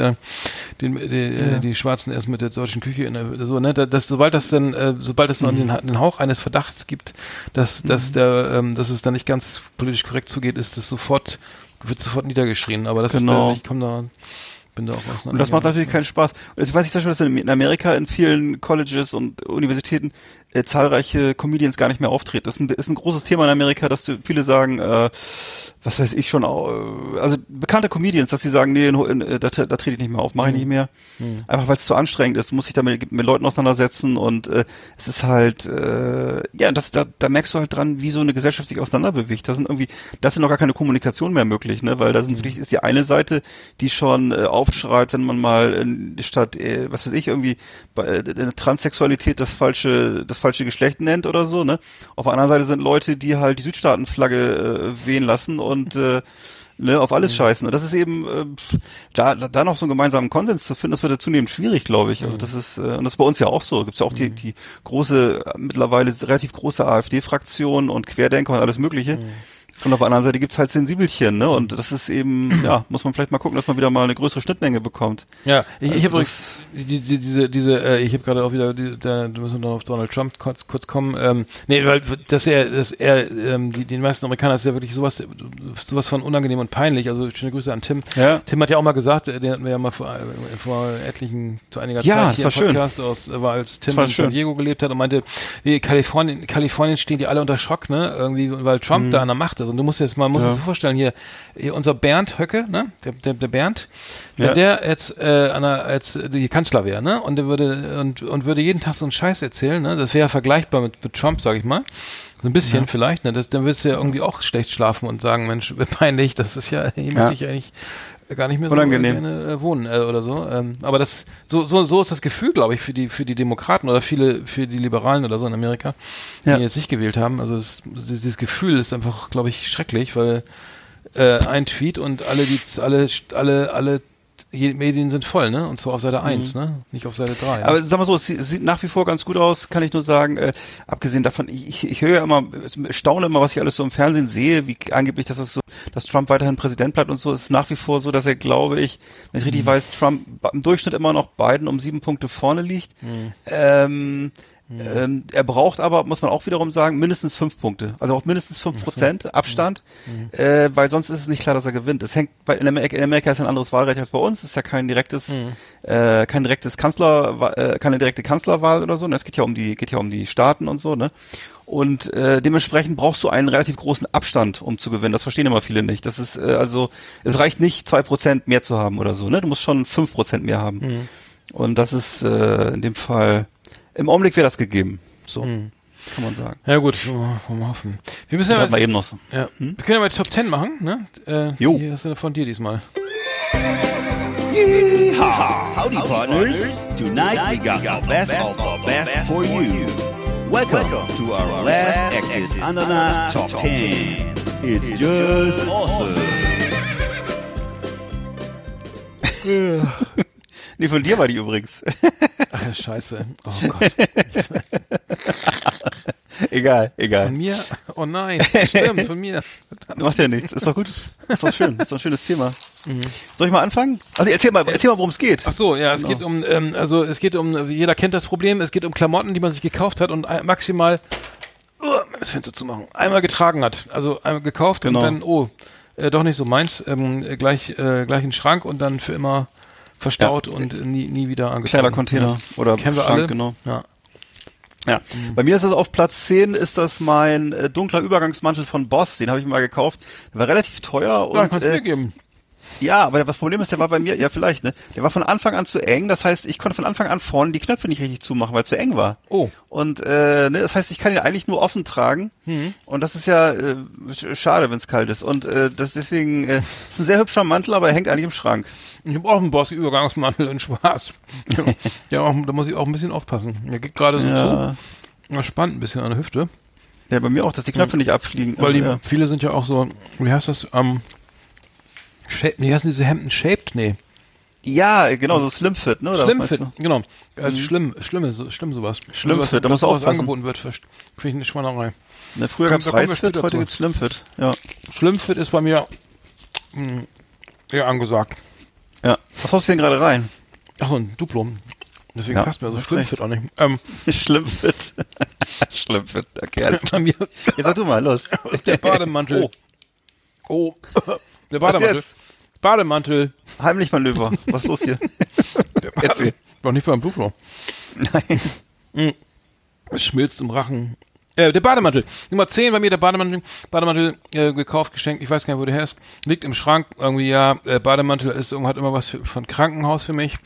die Schwarzen erst mit der deutschen Küche sobald es noch den Hauch eines Verdachts gibt, dass es da nicht ganz politisch korrekt zugeht, wird sofort niedergeschrien, aber das ich komme da bin da auch auseinander. Und das macht natürlich keinen Spaß. Und jetzt weiß ich zum Beispiel, dass in Amerika in vielen Colleges und Universitäten zahlreiche Comedians gar nicht mehr auftreten. Das ist ein großes Thema in Amerika, dass viele sagen, was weiß ich schon, also bekannte Comedians, dass sie sagen, nee, da trete ich nicht mehr auf, mache ich nicht mehr. Einfach weil es zu anstrengend ist. Du musst dich da mit Leuten auseinandersetzen und es ist halt, da merkst du halt dran, wie so eine Gesellschaft sich auseinanderbewegt. Da ist noch gar keine Kommunikation mehr möglich, ne, weil da ist die eine Seite, die schon aufschreit, wenn man mal statt, was weiß ich, irgendwie Transsexualität das falsche Geschlecht nennt oder so, ne. Auf der anderen Seite sind Leute, die halt die Südstaatenflagge wehen lassen und auf alles scheißen. Und das ist eben, da noch so einen gemeinsamen Konsens zu finden, das wird ja zunehmend schwierig, glaube ich. Also das ist, und das ist bei uns ja auch so. Gibt's ja auch die große, mittlerweile relativ große AfD-Fraktion und Querdenker und alles Mögliche. Und auf der anderen Seite gibt's halt Sensibelchen, ne? Und das ist eben, muss man vielleicht mal gucken, dass man wieder mal eine größere Schnittmenge bekommt. Ja, ich habe übrigens ich habe gerade auch wieder, da müssen wir noch auf Donald Trump kurz kommen. Weil die meisten Amerikaner ist ja wirklich sowas von unangenehm und peinlich. Also schöne Grüße an Tim. Ja. Tim hat ja auch mal gesagt, den hatten wir ja mal vor einiger Zeit hier im Podcast war als Tim in San Diego gelebt hat und meinte, Kalifornien stehen die alle unter Schock, ne? Irgendwie, weil Trump da an der Macht ist. Und man muss sich so vorstellen, hier unser Bernd Höcke, ne? Der Bernd, wenn der jetzt als die Kanzler wäre, ne? Und der würde jeden Tag so einen Scheiß erzählen, ne? Das wäre ja vergleichbar mit Trump, sag ich mal. So ein bisschen vielleicht, ne? Dann würdest du ja irgendwie auch schlecht schlafen und sagen, Mensch, peinlich, das ist ja möchte ich eigentlich gar nicht mehr so gerne wohnen oder so. Aber das so ist das Gefühl, glaube ich, für die Demokraten oder für die Liberalen oder so in Amerika, die jetzt nicht gewählt haben. Also dieses Gefühl ist einfach, glaube ich, schrecklich, weil ein Tweet und alle Medien sind voll, ne? Und zwar auf Seite 1, ne? Nicht auf Seite 3. Aber sag mal so, es sieht nach wie vor ganz gut aus, kann ich nur sagen. Abgesehen davon, ich höre ja immer, staune immer, was ich alles so im Fernsehen sehe, wie angeblich, dass Trump weiterhin Präsident bleibt und so. Es ist nach wie vor so, dass er, glaube ich, wenn ich richtig weiß, Trump im Durchschnitt immer noch Biden um 7 Punkte vorne liegt. Er braucht aber, muss man auch wiederum sagen, mindestens 5 Punkte. Also auch mindestens 5% Abstand, weil sonst ist es nicht klar, dass er gewinnt. Es hängt in Amerika ist ein anderes Wahlrecht als bei uns. Es ist ja kein direktes, keine direkte Kanzlerwahl oder so. Es geht ja um die Staaten und so, ne? Und dementsprechend brauchst du einen relativ großen Abstand, um zu gewinnen. Das verstehen immer viele nicht. Das ist es reicht nicht 2% mehr zu haben oder so, ne? Du musst schon 5% mehr haben. Und das ist in dem Fall im Augenblick wäre das gegeben. So, kann man sagen. Ja gut, wollen wir hoffen. Wir müssen ja mal eben noch so. Ja. Wir können ja mal die Top 10 machen, ne? Jo. Hier ist eine von dir diesmal. Yeehaw! Howdy, partners. Tonight we got the best of the best for you. Welcome to our last exit Ananas Top 10. It's just awesome. Nee, von dir war die übrigens. Ach, scheiße. Oh Gott. Egal. Von mir? Oh nein, stimmt, von mir. Macht ja nichts. Ist doch gut. Ist doch schön. Ist doch ein schönes Thema. Soll ich mal anfangen? Also erzähl mal, worum es geht. Ach so, ja, es geht um, jeder kennt das Problem, es geht um Klamotten, die man sich gekauft hat und maximal, das Fenster zu machen, einmal getragen hat. Also einmal gekauft und dann, doch nicht so meins, gleich in den Schrank und dann für immer verstaut und nie wieder angezogen. Kellercontainer oder kennen wir Schrank, alle. genau. Ja. Bei mir ist das auf Platz 10, ist das mein dunkler Übergangsmantel von Boss, den habe ich mal gekauft. Der war relativ teuer und kannst du mir geben. ja, aber das Problem ist, der war bei mir, ja vielleicht, ne? Der war von Anfang an zu eng, das heißt, ich konnte von Anfang an vorne die Knöpfe nicht richtig zumachen, weil es zu eng war. Oh. Und das heißt, ich kann ihn eigentlich nur offen tragen und das ist ja schade, wenn es kalt ist. Und deswegen ist ein sehr hübscher Mantel, aber er hängt eigentlich im Schrank. Ich habe auch einen Boss-Übergangsmantel in schwarz. Da muss ich auch ein bisschen aufpassen. Der geht gerade so zu. Das spannt ein bisschen an der Hüfte. Ja, bei mir auch, dass die Knöpfe nicht abfliegen. Weil viele sind ja auch so, wie heißt das, wie heißen diese Hemden? Shaped? Nee. Ja, genau, so Slimfit, ne? Oder Slimfit, genau. Also schlimm sowas. Schlimmfit, da muss auch aufpassen. angeboten wird, finde ich eine Schweinerei. Ne, früher gab's Reisfit, heute gibt's Slimfit. Ja. Slimfit ist bei mir eher angesagt. Ja. Was haust du denn gerade rein? Ach so, ein Duplo. Deswegen passt mir also Schlimmfit auch nicht. Schlimmfit. Schlimmfit, der Kerl. Bei mir. Jetzt sag du mal, los. Der Bademantel. Oh. Der Bademantel. Was jetzt? Bademantel. Heimlichmanöver. Was ist los hier? Erzähl. Doch nicht beim Duplo. Nein. Es schmilzt im Rachen. Der Bademantel. Nummer 10 bei mir, der Bademantel. Bademantel gekauft, geschenkt. Ich weiß gar nicht, wo der her ist. Liegt im Schrank. Irgendwie, ja, Bademantel hat immer was von Krankenhaus für mich.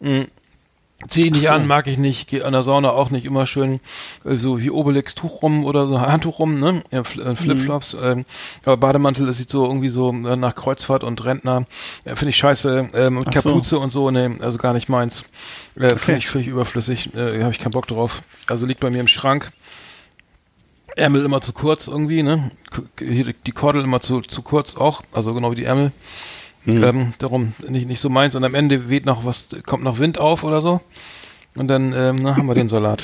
Zieh ich nicht an, mag ich nicht. Geh an der Sauna auch nicht immer schön so wie Obelix Tuch rum oder so, Handtuch rum, ne? Ja, Flipflops. Aber Bademantel, das sieht so irgendwie so nach Kreuzfahrt und Rentner. Finde ich scheiße. Mit Kapuze und so, ne, also gar nicht meins. Finde ich völlig überflüssig. Habe ich keinen Bock drauf. Also liegt bei mir im Schrank. Ärmel immer zu kurz irgendwie, ne? Hier die Kordel immer zu kurz auch, also genau wie die Ärmel. Darum nicht so meins und am Ende kommt noch Wind auf oder so und dann haben wir den Salat.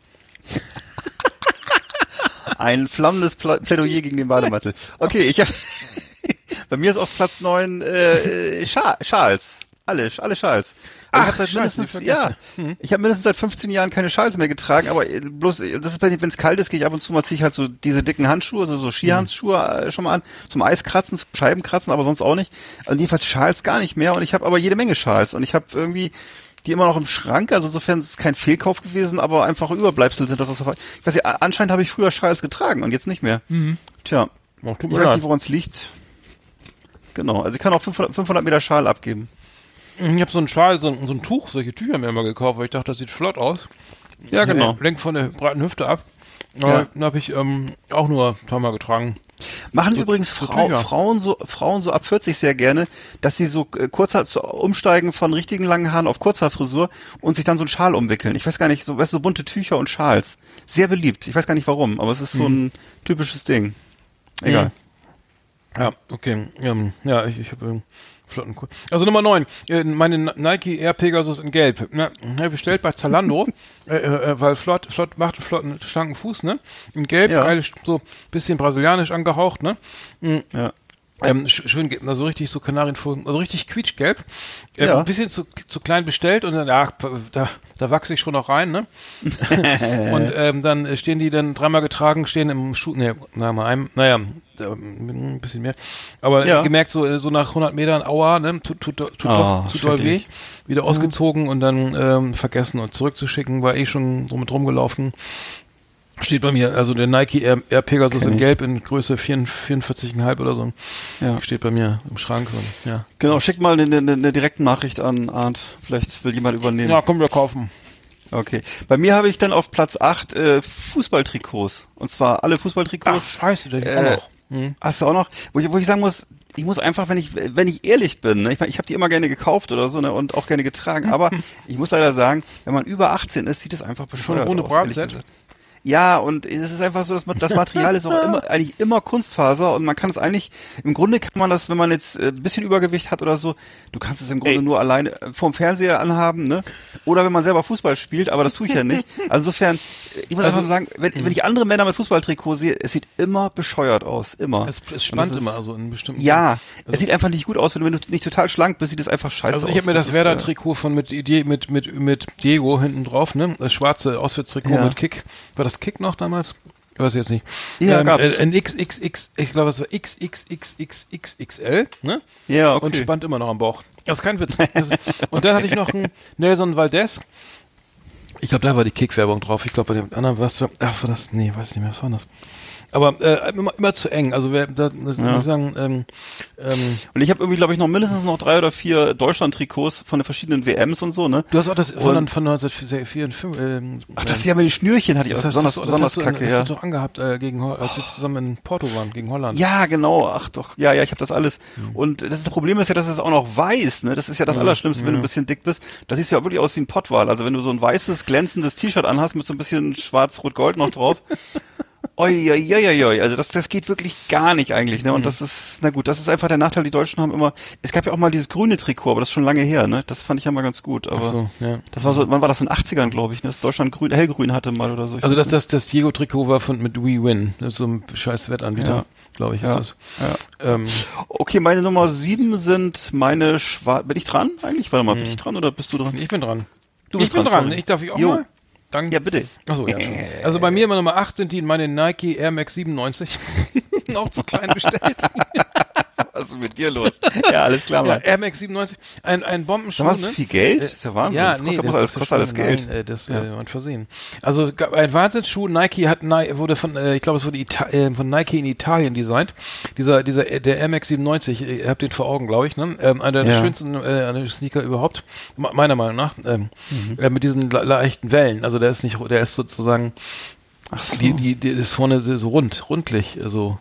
Ein flammendes Plädoyer gegen den Bademantel. Okay, bei mir ist auf Platz 9 Schals. Alle Schals. Ach, ich habe mindestens seit 15 Jahren keine Schals mehr getragen, aber bloß, das ist wenn es kalt ist, gehe ich ab und zu mal, ziehe ich halt so diese dicken Handschuhe, also so Skihandschuhe schon mal an, zum Eiskratzen, zum Scheibenkratzen, aber sonst auch nicht. Also jedenfalls Schals gar nicht mehr und ich habe aber jede Menge Schals und ich habe irgendwie die immer noch im Schrank, also insofern ist es kein Fehlkauf gewesen, aber einfach Überbleibsel sind das. Ich weiß nicht, anscheinend habe ich früher Schals getragen und jetzt nicht mehr. Tja, ich weiß nicht, woran es liegt. Genau, also ich kann auch 500 Meter Schal abgeben. Ich habe so einen Schal, so ein Tuch, solche Tücher mir immer gekauft, weil ich dachte, das sieht flott aus. Ja, genau. Lenkt von der breiten Hüfte ab. Aber dann habe ich auch nur zweimal getragen. Machen übrigens Frauen so ab 40 sehr gerne, dass sie so umsteigen von richtigen langen Haaren auf Kurzhaarfrisur und sich dann so einen Schal umwickeln. Ich weiß gar nicht, so bunte Tücher und Schals. Sehr beliebt. Ich weiß gar nicht warum, aber es ist so ein typisches Ding. Egal. Ja, okay. Ja, ich habe Flotten. Also Nummer 9, meine Nike Air Pegasus in Gelb. Bestellt bei Zalando, weil Flott macht einen flotten, schlanken Fuß, ne? In Gelb, geil, so bisschen brasilianisch angehaucht, ne? Ja. Schön, also richtig so Kanarienvogel, also richtig quietschgelb. Ein bisschen zu klein bestellt und dann, da wachse ich schon noch rein, ne? Und dann stehen die dann dreimal getragen, stehen im Schuh, ein bisschen mehr. Aber gemerkt, so nach 100 Metern, aua, ne? Tut doch zu doll weh. Wieder ausgezogen und dann vergessen und zurückzuschicken, war schon so mit rumgelaufen. Steht bei mir, also der Nike Air Pegasus in Gelb in Größe 44,5 oder so. Ja. Steht bei mir im Schrank. Und, ja. Genau, schick mal eine direkte Nachricht an Arndt. Vielleicht will jemand übernehmen. Ja, können wir kaufen. Okay. Bei mir habe ich dann auf Platz 8 Fußballtrikots. Und zwar alle Fußballtrikots. Ach, scheiße, da ich auch noch. Hast du auch noch? Wo ich sagen muss, ich muss einfach, wenn ich ehrlich bin, ne, ich habe die immer gerne gekauft oder so, ne, und auch gerne getragen, aber ich muss leider sagen, wenn man über 18 ist, sieht es einfach bescheuert ohne aus. Bratset? Ja, und es ist einfach so, dass das Material ist auch eigentlich immer Kunstfaser und man kann es eigentlich, im Grunde kann man das, wenn man jetzt ein bisschen Übergewicht hat oder so, du kannst es im Grunde nur alleine vorm Fernseher anhaben, ne? Oder wenn man selber Fußball spielt, aber das tue ich ja nicht. Also insofern, ich muss einfach sagen, wenn ich andere Männer mit Fußballtrikot sehe, es sieht immer bescheuert aus, immer. Es spannt immer, also in bestimmten... Ja, es sieht einfach nicht gut aus, wenn du nicht total schlank bist, sieht es einfach scheiße aus. Also ich habe mir das Werder-Trikot von mit Diego hinten drauf, ne? Das schwarze Auswärtstrikot mit Kick. War das Kick noch damals? Ich weiß jetzt nicht. Ja, gab's. Ein XXX, ich glaube, es war XXXXXL, ne? Ja, okay. Und spannt immer noch am Bauch. Das ist kein Witz. Und dann hatte ich noch einen Nelson Valdez. Ich glaube, da war die Kick-Werbung drauf. Ich glaube, bei dem anderen war das, weiß ich nicht mehr, was war das? Aber immer zu eng. Also muss ich sagen. Und ich habe irgendwie, glaube ich, noch mindestens noch 3 oder 4 Deutschland-Trikots von den verschiedenen WMs und so, ne? Du hast auch das von 1954. Ach, das hier mit den Schnürchen hatte ich auch besonders kacke, das hast du doch angehabt, als wir zusammen in Porto waren, gegen Holland. Ja, genau. Ach doch. Ja, ich habe das alles. Und das Problem ist ja, dass es auch noch weiß, ne? Das ist ja das Allerschlimmste, wenn du ein bisschen dick bist. Das sieht ja auch wirklich aus wie ein Pottwal. Also wenn du so ein weißes, glänzendes T-Shirt anhast mit so ein bisschen schwarz-rot-gold noch drauf. Also das geht wirklich gar nicht eigentlich, ne? Und das ist, na gut, das ist einfach der Nachteil, die Deutschen haben immer, es gab ja auch mal dieses grüne Trikot, aber das ist schon lange her, ne? Das fand ich ja mal ganz gut, aber das war so, wann war das in den 80ern, glaube ich, ne? Dass Deutschland hellgrün hatte mal oder so. Also das Diego-Trikot war mit WeWin, so ein scheiß Wettanbieter, glaube ich, ist das. Ja. Okay, meine Nummer 7 sind meine bin ich dran eigentlich? Warte mal, bin ich dran oder bist du dran? Ich bin dran. Du bist dran. Sorry. Ich darf auch mal? Danke. Ja, bitte. Achso, ja. Also bei mir immer Nummer 8 sind die meine Nike Air Max 97. Auch zu klein bestellt. Was ist mit dir los? Ja, alles klar, Mann. Ja, Air Max 97, ein Bombenschuh. Da viel Geld? Das ist ja Wahnsinn. Ja, das kostet alles Geld. Nein, das man versehen. Also ein Wahnsinnsschuh. Nike wurde von, ich glaube, es wurde von Nike in Italien designt. Der Air Max 97, ihr habt den vor Augen, glaube ich, ne? Einer der schönsten Sneaker überhaupt, meiner Meinung nach. Mit diesen leichten Wellen. Also der ist sozusagen Ach so. Die ist vorne so rundlich, so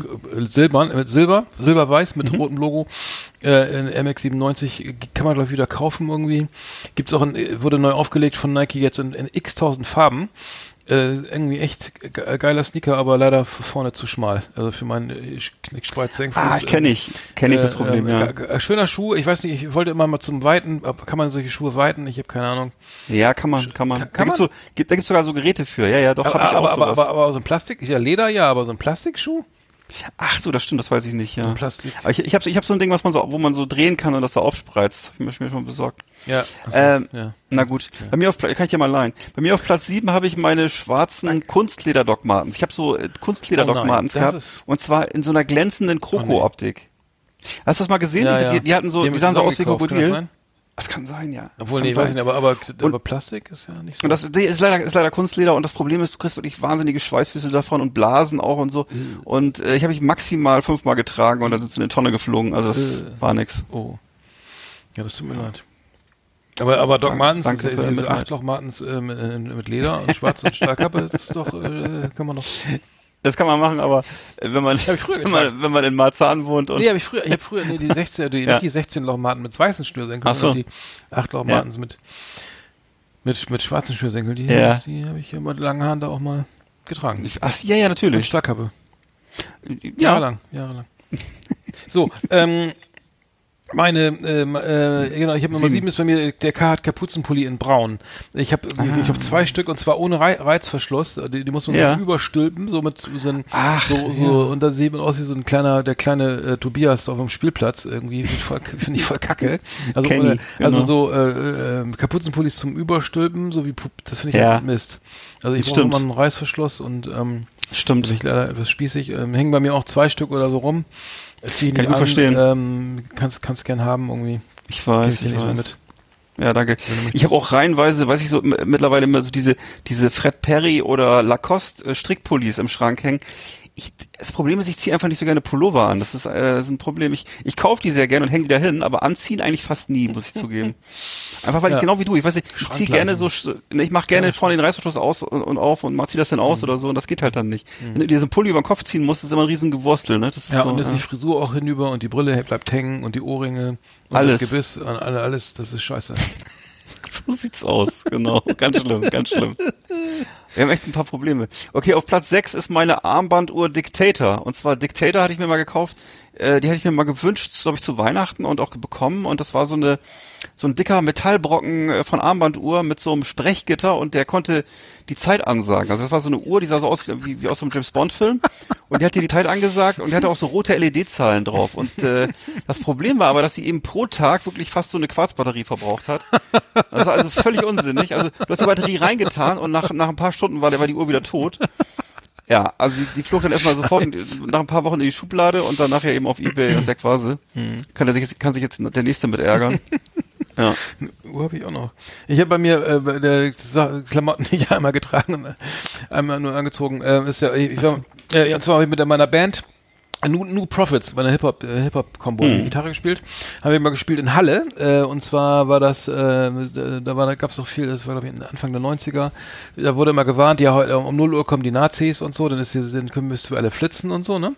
silberweiß mit rotem Logo. MX 97 kann man, glaube ich, wieder kaufen irgendwie. Gibt's auch wurde neu aufgelegt von Nike jetzt in x-tausend Farben. Irgendwie echt geiler Sneaker, aber leider vorne zu schmal. Also für meinen Knickspreiz-Senkfuß. Kenn ich das Problem, ja. Schöner Schuh. Ich weiß nicht, ich wollte immer mal zum Weiten, kann man solche Schuhe weiten? Ich habe keine Ahnung. Ja, kann man. Da gibt's sogar so Geräte für. Ja, doch, habe ich auch sowas. Aber so ein Plastik, ja, Leder, ja, aber so ein Plastikschuh? Ach so, das stimmt, das weiß ich nicht, ja. So Plastik. Aber ich hab so ein Ding, wo man so drehen kann und das so aufspreizt. Das habe ich mir schon besorgt. Ja. Ja. Na gut. Ja. Bei mir kann ich dir mal leihen. Bei mir auf Platz 7 habe ich meine schwarzen Kunstleder-Doc Martens. Ich habe so Kunstleder-Doc Martens gehabt. Und zwar in so einer glänzenden Kroko-Optik. Hast du das mal gesehen? Ja, die hatten so, die sahen so aus wie Krokodil. Das kann sein, ja. Obwohl, ich weiß nicht, aber Plastik ist ja nicht so. Und das ist leider Kunstleder und das Problem ist, du kriegst wirklich wahnsinnige Schweißfüße davon und Blasen auch und so. Und ich habe mich maximal 5-mal getragen und dann sind sie in eine Tonne geflogen. Also das war nix. Oh. Ja, das tut mir leid. Aber Doc Martens, diese 8-Loch Martens mit Leder und schwarzer Stahlkappe, das ist doch, kann man doch. Das kann man machen, aber wenn man in Marzahn wohnt und... Nee, ich habe früher die 16-Loch-Maten mit weißen Schnürsenkeln und die 8-Loch-Maten mit schwarzen Schnürsenkeln, die habe ich ja mit langen Haaren da auch mal getragen. Ach, ja, natürlich. Und Stahlkappe. Jahrelang. So, Genau, ich habe Nummer 7 ist bei mir der Carhartt Kapuzenpulli in Braun. Ich habe 2 Stück und zwar ohne Reizverschluss. Die muss man so überstülpen, so mit so und da sieht man aus wie so der kleine Tobias auf dem Spielplatz irgendwie. Finde ich voll kacke. Also Kenny, genau. so Kapuzenpullis zum Überstülpen, so wie das finde ich halt Mist. Also ich brauche immer einen Reißverschluss und stimmt. Bin ich leider etwas spießig. Hängen bei mir auch 2 Stück oder so rum. Kann ich gut verstehen. Kannst gern haben irgendwie. Ich weiß. Mit. Ja, danke. Ich habe auch reihenweise, weiß ich so, mittlerweile immer so diese Fred Perry oder Lacoste Strickpullis im Schrank hängen. Das Problem ist, ich ziehe einfach nicht so gerne Pullover an. Das ist ein Problem. Ich kaufe die sehr gerne und hänge die da hin, aber anziehen eigentlich fast nie, muss ich zugeben. Einfach weil ich genau wie du, ich weiß nicht, ich ziehe gerne ich mache gerne vorne den Reißverschluss aus und auf und ziehe das dann aus oder so und das geht halt dann nicht. Wenn du dir so einen Pulli über den Kopf ziehen musst, ist immer ein riesen Gewurstel, ne? Das ist und ist die Frisur auch hinüber und die Brille bleibt hängen und die Ohrringe und alles. Das Gebiss, alles, das ist scheiße. So sieht's aus, genau. Ganz schlimm, ganz schlimm. Wir haben echt ein paar Probleme. Okay, auf Platz 6 ist meine Armbanduhr Dictator. Und zwar Dictator hatte ich mir mal gekauft. Die hatte ich mir mal gewünscht, glaube ich, zu Weihnachten und auch bekommen. Und das war so ein dicker Metallbrocken von Armbanduhr mit so einem Sprechgitter und der konnte die Zeit ansagen. Also das war so eine Uhr, die sah so aus wie aus so einem James-Bond-Film. Und die hat dir die Zeit angesagt und die hatte auch so rote LED-Zahlen drauf. Und das Problem war aber, dass sie eben pro Tag wirklich fast so eine Quarzbatterie verbraucht hat. Das war also völlig unsinnig. Also du hast die Batterie reingetan und nach ein paar Stunden war die Uhr wieder tot. Ja, also die flog dann erstmal sofort nach ein paar Wochen in die Schublade und dann nachher eben auf eBay und weg war sie. Kann sich jetzt der Nächste mit ärgern. Ja. Uhr habe ich auch noch. Ich habe bei mir Klamotten nicht einmal getragen und einmal nur angezogen. Und zwar habe ich mit meiner Band New Profits, bei einer Hip-Hop-Combo Gitarre gespielt. Haben wir mal gespielt in Halle. Und zwar war das, da gab's noch viel, das war glaube ich Anfang der 90er. Da wurde immer gewarnt, ja, heute um 0 Uhr kommen die Nazis und so, dann müsst ihr alle flitzen und so, ne?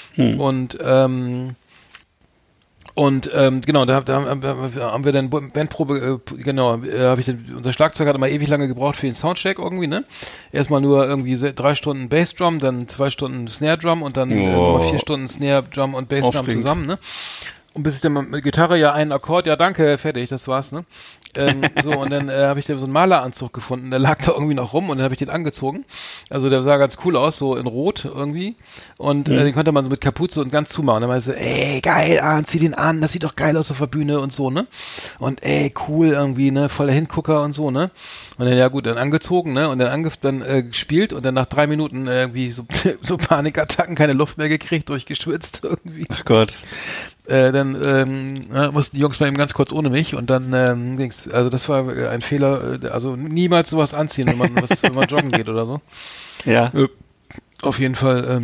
Genau, da haben wir dann Bandprobe, unser Schlagzeug hat immer ewig lange gebraucht für den Soundcheck irgendwie, ne? Erstmal nur irgendwie 3 Stunden Bassdrum, dann 2 Stunden Snare Drum und dann 4 Stunden Snare Drum und Bassdrum zusammen, ne? Und bis ich dann mit Gitarre einen Akkord, ja danke, fertig, das war's, ne? Und dann habe ich da so einen Maleranzug gefunden, der lag da irgendwie noch rum und dann habe ich den angezogen. Also der sah ganz cool aus, so in Rot irgendwie. Und den konnte man so mit Kapuze und ganz zumachen. Und dann meinte ich so, ey, geil, zieh den an, das sieht doch geil aus auf der Bühne und so, ne? Und ey, cool irgendwie, ne? Voller Hingucker und so, ne? Und dann, ja gut, dann angezogen, ne? Und dann gespielt und dann nach 3 Minuten irgendwie so Panikattacken, keine Luft mehr gekriegt, durchgeschwitzt irgendwie. Ach Gott. Dann mussten die Jungs mal eben ganz kurz ohne mich und dann ging's. Also das war ein Fehler, also niemals sowas anziehen, wenn man joggen geht oder so. Ja. Auf jeden Fall,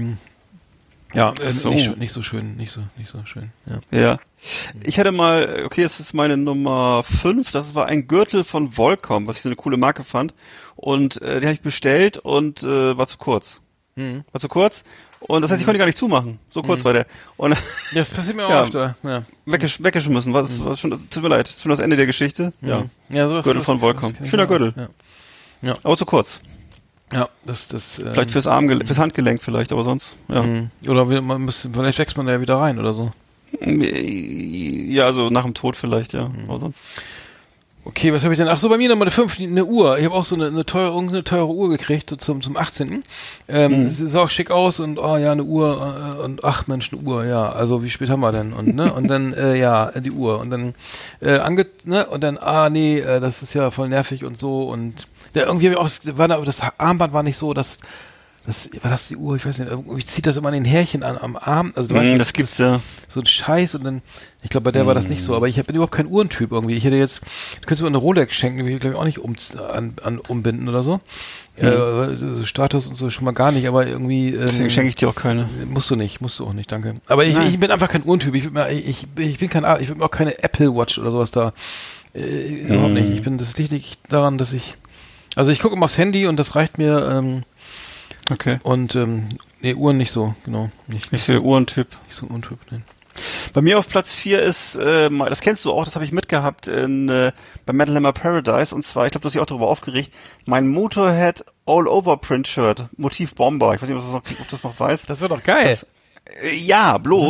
nicht so schön. Ja. Ich hatte mal, okay, das ist meine Nummer 5, das war ein Gürtel von Volcom, was ich so eine coole Marke fand. Und den habe ich bestellt und war zu kurz. War zu kurz. Und das heißt, ich konnte gar nicht zumachen. So kurz war der. Und das passiert mir auch öfter. Ja. Weggeschmissen. War schon, tut mir leid. Das ist schon das Ende der Geschichte. Ja. Gürtel von Volcom. Schöner Gürtel. Ja. Aber zu kurz. Ja, das vielleicht fürs Handgelenk vielleicht, aber sonst, ja. Oder vielleicht wächst man da ja wieder rein oder so. Ja, also nach dem Tod vielleicht, ja. Aber sonst. Okay, was habe ich denn? Ach so, bei mir Nummer 5, eine Uhr. Ich habe auch so eine teure Uhr gekriegt zum 18. Es sah auch schick aus und eine Uhr und ach Mensch, eine Uhr, ja. Also wie spät haben wir denn? Und und dann die Uhr und dann und dann das ist ja voll nervig und so und irgendwie das Armband war nicht so, war das die Uhr? Ich weiß nicht, irgendwie zieht das immer an den Härchen am Arm. Also du weißt, das gibt's ja. So ein Scheiß und dann, ich glaube, bei der war das nicht so, aber ich bin überhaupt kein Uhrentyp irgendwie. Ich hätte jetzt, du könntest mir eine Rolex schenken, die will ich glaube ich auch nicht umbinden oder so. So Status und so schon mal gar nicht, aber irgendwie. Deswegen schenke ich dir auch keine. Musst du auch nicht, danke. Aber ich bin einfach kein Uhrentyp. Ich würde mir auch keine Apple Watch oder sowas da. Überhaupt nicht. Das liegt nicht daran, dass ich gucke immer aufs Handy und das reicht mir, okay. Und Uhren nicht so, genau. Nicht so der Uhrentyp. Nicht so ein Uhrentyp, ne. Bei mir auf Platz 4 ist, das kennst du auch, das habe ich mitgehabt bei Metal Hammer Paradise, und zwar, ich glaube, du hast dich auch darüber aufgeregt, mein Motorhead All-Over Print Shirt, Motiv Bomber. Ich weiß nicht, ob du das noch weißt. Das wird doch geil. Ja, bloß,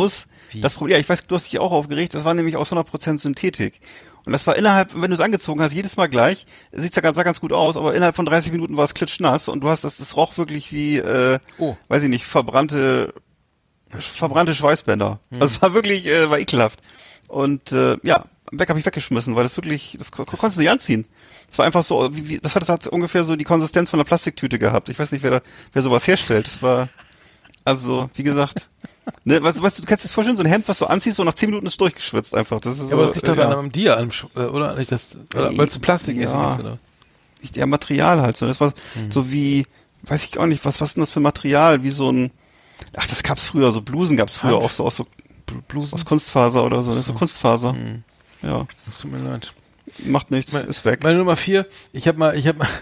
Das Problem, ja, ich weiß, du hast dich auch aufgeregt, das war nämlich aus 100% Synthetik. Und das war innerhalb, wenn du es angezogen hast, jedes Mal gleich, sah ganz gut aus, aber innerhalb von 30 Minuten war es klitschnass und du hast das roch wirklich wie, weiß ich nicht, verbrannte Schweißbänder. Also es war wirklich, war ekelhaft. Und ja, weg habe ich weggeschmissen, weil das wirklich, das konntest du nicht anziehen. Es war einfach so, das hat ungefähr so die Konsistenz von einer Plastiktüte gehabt. Ich weiß nicht, wer sowas herstellt. Das war, also, wie gesagt, ne, weißt du, du kannst dir das vorstellen, so ein Hemd, was du anziehst, so nach 10 Minuten ist durchgeschwitzt einfach. Das ist Ja, so, aber das liegt doch dann am Dir, oder? Nicht das, weil es so plastikmäßig ja, ist, oder? Ja, Material halt so. Das war so wie, weiß ich auch nicht, was ist denn das für Material? Wie so ein, ach, das gab's früher, so Blusen gab's früher auch so aus so Blusen? Aus Kunstfaser oder so. Das ist so Kunstfaser. Ja. Das tut mir leid. Macht nichts, ist weg. Meine Nummer 4, ich habe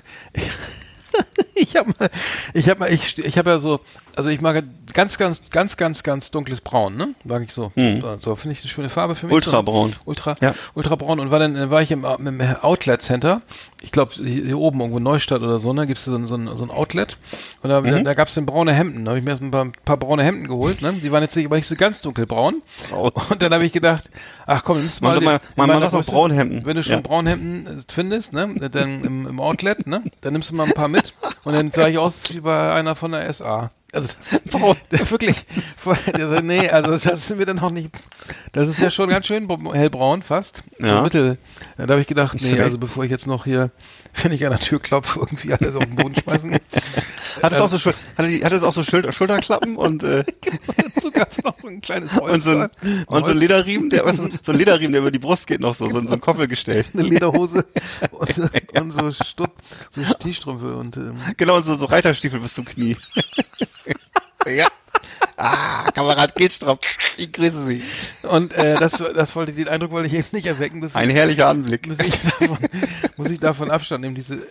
ja so, also ich mag ganz dunkles Braun, ne? Mag ich so. So, finde ich eine schöne Farbe für mich. Ultrabraun. Ultrabraun. Und war ich im Outlet Center. Ich glaube, hier oben irgendwo Neustadt oder so, ne? Gibt's so ein Outlet. Und da gab's dann braune Hemden. Da habe ich mir erst ein paar braune Hemden geholt, ne? Die waren jetzt nicht so ganz dunkelbraun. Und dann habe ich gedacht, ach komm, nimmst mal man sagt auch Braunhemden. Wenn du schon Braunhemden findest, ne? Dann im Outlet, ne? Dann nimmst du mal ein paar mit. Und dann sah ich aus wie bei einer von der SA. Also wirklich, nee, also das ist mir dann auch nicht, das ist ja schon ganz schön hellbraun fast. Ja. So da habe ich gedacht, nee, also bevor ich jetzt noch hier, wenn ich an der Tür klopfe, irgendwie alles auf den Boden schmeißen. Hat es auch so Schulterklappen und dazu gab es noch so ein kleines Holz. Und so ein Lederriemen, der über die Brust geht noch so ein Koffergestell. Eine Lederhose und so Stiefstrümpfe und genau, und so Reiterstiefel bis zum Knie. Ja. Kamerad Gehtstrop, ich grüße Sie. Und den Eindruck wollte ich eben nicht erwecken. Ein herrlicher Anblick. Muss ich davon Abstand nehmen, diese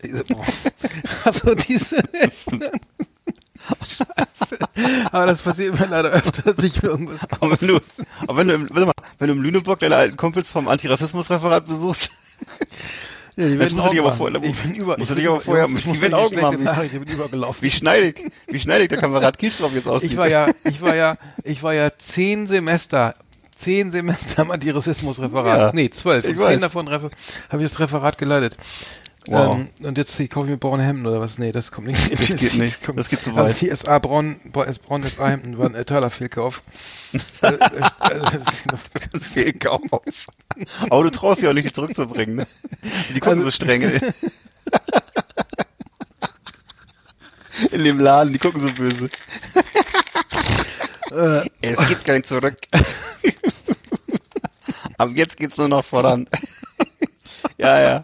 Scheiße. Aber das passiert mir leider öfter, dass ich irgendwas kaufe. Aber wenn du im Lüneburg deine alten Kumpels vom Antirassismusreferat besuchst, ja, die werden musst du dich aber vorher Augen haben. Ich bin übergelaufen. Wie schneidig der Kamerad Kielstrop jetzt aussieht. Ich war ja 10 Semester am Antirassismusreferat. Ja, nee, 12. 10 davon habe ich das Referat geleitet. Wow. Und jetzt kaufe ich mir braune Hemden oder was? Nee, das kommt nicht. Das geht nicht. Das geht zu weit. Also die braune SA-Hemden waren ein totaler Fehlkauf. Fehlkauf. Aber du traust dich auch nicht, die zurückzubringen, ne? Die gucken so streng, ey. In dem Laden, die gucken so böse. Es gibt kein Zurück. Aber jetzt geht's nur noch voran. Ja.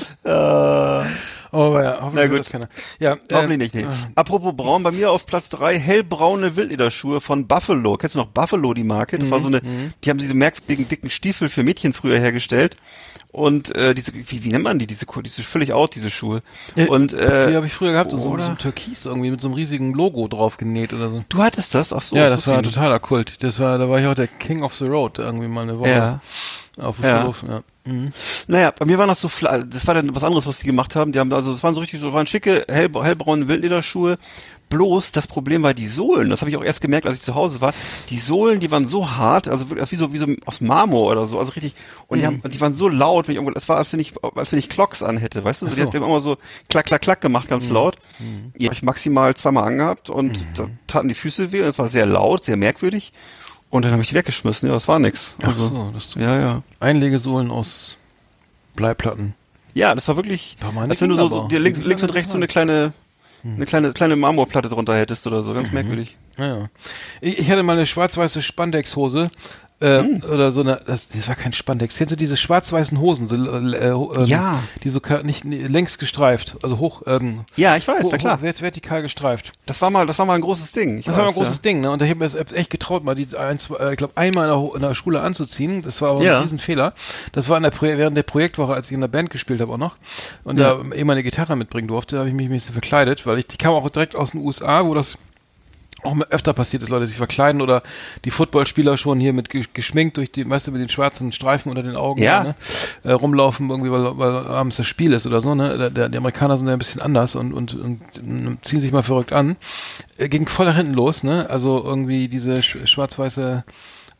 Oh ja, hoffentlich wird das keiner. Ja, hoffentlich nicht. Apropos braun, bei mir auf Platz 3 hellbraune Wildlederschuhe von Buffalo. Kennst du noch Buffalo, die Marke? Das war so die haben diese merkwürdigen dicken Stiefel für Mädchen früher hergestellt. Und diese, wie nennt man die? Diese völlig out, diese Schuhe. Und die habe ich früher gehabt, so ein Türkis irgendwie mit so einem riesigen Logo drauf genäht oder so. Du hattest das? Ach so. Ja, das war ein totaler Kult. Da war ich auch der King of the Road irgendwie mal eine Woche. Ja. Auf dem Schulhof, ja. Naja, bei mir waren das so, das war dann was anderes, was die gemacht haben. Die haben, also, das waren so richtig, waren schicke, hellbraune Wildlederschuhe. Bloß, das Problem war die Sohlen. Das habe ich auch erst gemerkt, als ich zu Hause war. Die Sohlen, die waren so hart, also wie so aus Marmor oder so, also richtig, und die waren so laut, das war, als wenn ich Clocks anhätte, weißt du? So, die haben immer so klack, klack, klack gemacht, ganz laut. Die habe ich maximal 2-mal angehabt und da taten die Füße weh und es war sehr laut, sehr merkwürdig. Und dann habe ich die weggeschmissen, ja, das war nix. Also, ach so, ja. Einlegesohlen aus Bleiplatten. Ja, das war wirklich, als wenn du so links und rechts so eine kleine Marmorplatte drunter hättest oder so, ganz merkwürdig. Ja. Ich hatte mal eine schwarz-weiße Spandexhose, oder so eine, das war kein Spandex. Kennst du diese schwarz-weißen Hosen, ja, die so nicht längs gestreift, also hoch, ja, ich weiß, na klar, vertikal gestreift. Das war mal ein großes Ding. Das war mal ein großes Ding, ne? Und ich habe mir das echt getraut, mal ich glaube einmal in der Schule anzuziehen. Das war aber ein Riesenfehler. Das war während der Projektwoche, als ich in der Band gespielt habe auch noch und da eben meine Gitarre mitbringen durfte, habe ich mich ein bisschen verkleidet, weil die kam auch direkt aus den USA, wo das auch öfter passiert ist, Leute sich verkleiden oder die Footballspieler schon hier mit geschminkt durch die, weißt du, mit den schwarzen Streifen unter den Augen rumlaufen irgendwie, weil abends das Spiel ist oder so, ne? Die Amerikaner sind ja ein bisschen anders und ziehen sich mal verrückt an. Ging voll nach hinten los, ne? Also irgendwie diese schwarz-weiße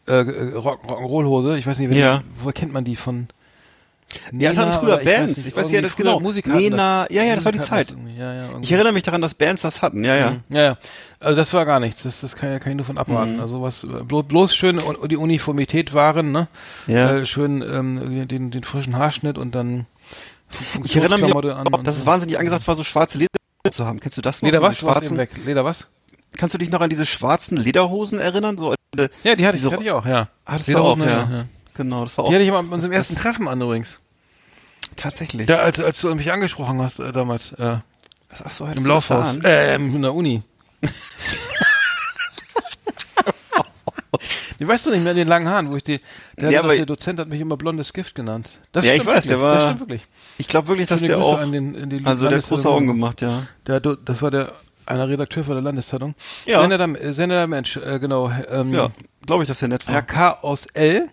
Rock'n'Roll-Hose. Ich weiß nicht, woher kennt man die von? Ja, das hatten früher Bands. Ich weiß ja, das genau. Nena, das war die Zeit. Ich erinnere mich daran, dass Bands das hatten. Ja. Also das war gar nichts. Das kann ich nur von abraten. Also was bloß schön die Uniformität wahren, ne? Ja. Schön den frischen Haarschnitt und dann. Ich erinnere mich, dass es wahnsinnig angesagt war, so schwarze Leder zu haben. Kennst du das noch? Leder was? Leder was? Kannst du dich noch an diese schwarzen Lederhosen erinnern? So, ja, die hatte ich auch, ja. Hattest du auch, ja. Genau, das war auch. Die hatte ich an unserem ersten Treffen an übrigens. Tatsächlich. Ja, als du mich angesprochen hast damals. Ach so, im Laufhaus. In der Uni. Die weißt du nicht mehr in den langen Haaren, wo ich der Dozent hat mich immer blondes Gift genannt. Das stimmt, ich weiß, wirklich. Das stimmt wirklich. Ich glaube wirklich, dass der auch, der hat große Augen gemacht, ja. Das war einer Redakteur von der Landeszeitung. Ja. Sender Mensch, genau. Ja, glaube ich, dass der nett war. Herr K. aus L.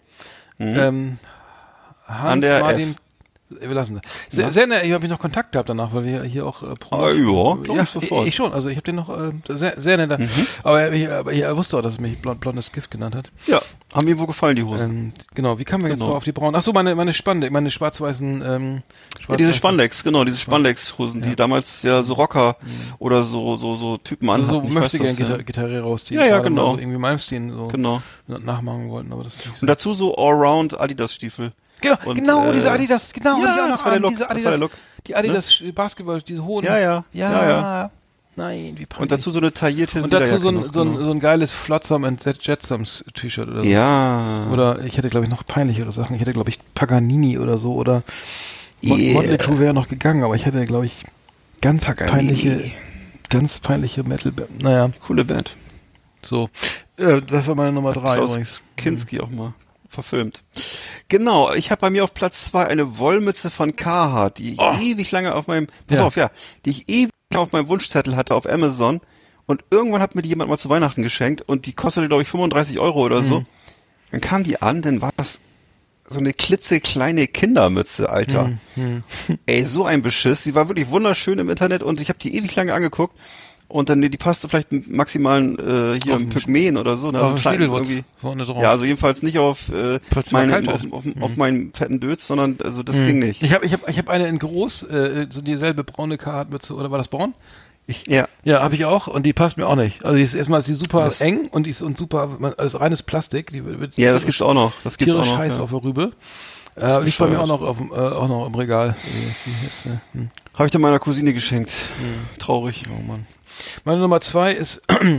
Hans Martin. Wir lassen das. Sehr nett, ich habe mich noch Kontakt gehabt danach, weil wir hier auch ich schon, also ich habe den noch sehr netter. Aber ich wusste auch, dass es mich blondes Gift genannt hat. Ja, haben mir wohl gefallen, die Hosen. Genau, wie kamen wir jetzt so auf die braunen? Achso, meine schwarz-weißen diese Spandex, genau, diese Spandex-Hosen, die damals ja so Rocker oder so Typen anhatten. So möchte gerne Gitarre rausziehen. Ja, genau. So irgendwie Malmsteen nachmachen wollten, aber das ist nicht so. Und dazu so Allround Adidas-Stiefel. Genau, diese Adidas, hatte ich auch noch an. Diese Adidas, die Adidas Basketball, diese hohen. Ja. Nein, wie peinlich. Und dazu so eine taillierte Und dazu so ein geiles Flotsam and Jetsams T-Shirt oder so. Ja. Oder ich hätte, glaube ich, noch peinlichere Sachen. Ich hätte, glaube ich, Paganini oder so oder Motley Crue wäre noch gegangen, aber ich hätte, glaube ich, ganz peinliche Metal. Naja. Coole Band. So. Das war meine Nummer 3 übrigens. Kinski auch mal verfilmt. Genau, ich habe bei mir auf Platz 2 eine Wollmütze von Carhartt, die ich ewig lange auf meinem, die ich ewig auf meinem Wunschzettel hatte auf Amazon und irgendwann hat mir die jemand mal zu Weihnachten geschenkt und die kostete, glaube ich, 35 € oder so. Dann kam die an, dann war das so eine klitzekleine Kindermütze, Alter. Ey, so ein Beschiss. Die war wirklich wunderschön im Internet und ich habe die ewig lange angeguckt. Und dann, die passte vielleicht mit maximalen, hier im Pygmäen oder so, ne? Also klein irgendwie. Ja, also jedenfalls nicht auf, auf meinen fetten Dötz, sondern, also das ging nicht. Ich hab eine in groß, so dieselbe braune Carhartt-Mütze, oder war das braun? Ja, habe ich auch, und die passt mir auch nicht. Also erstmal ist die super eng und die ist super, also reines Plastik. Das gibt's auch noch. Das gibt's auch noch. Scheiß auf der Rübe. Liegt bei mir auch noch im Regal. Habe ich dann meiner Cousine geschenkt. Traurig. Oh Mann. Meine Nummer 2 ist,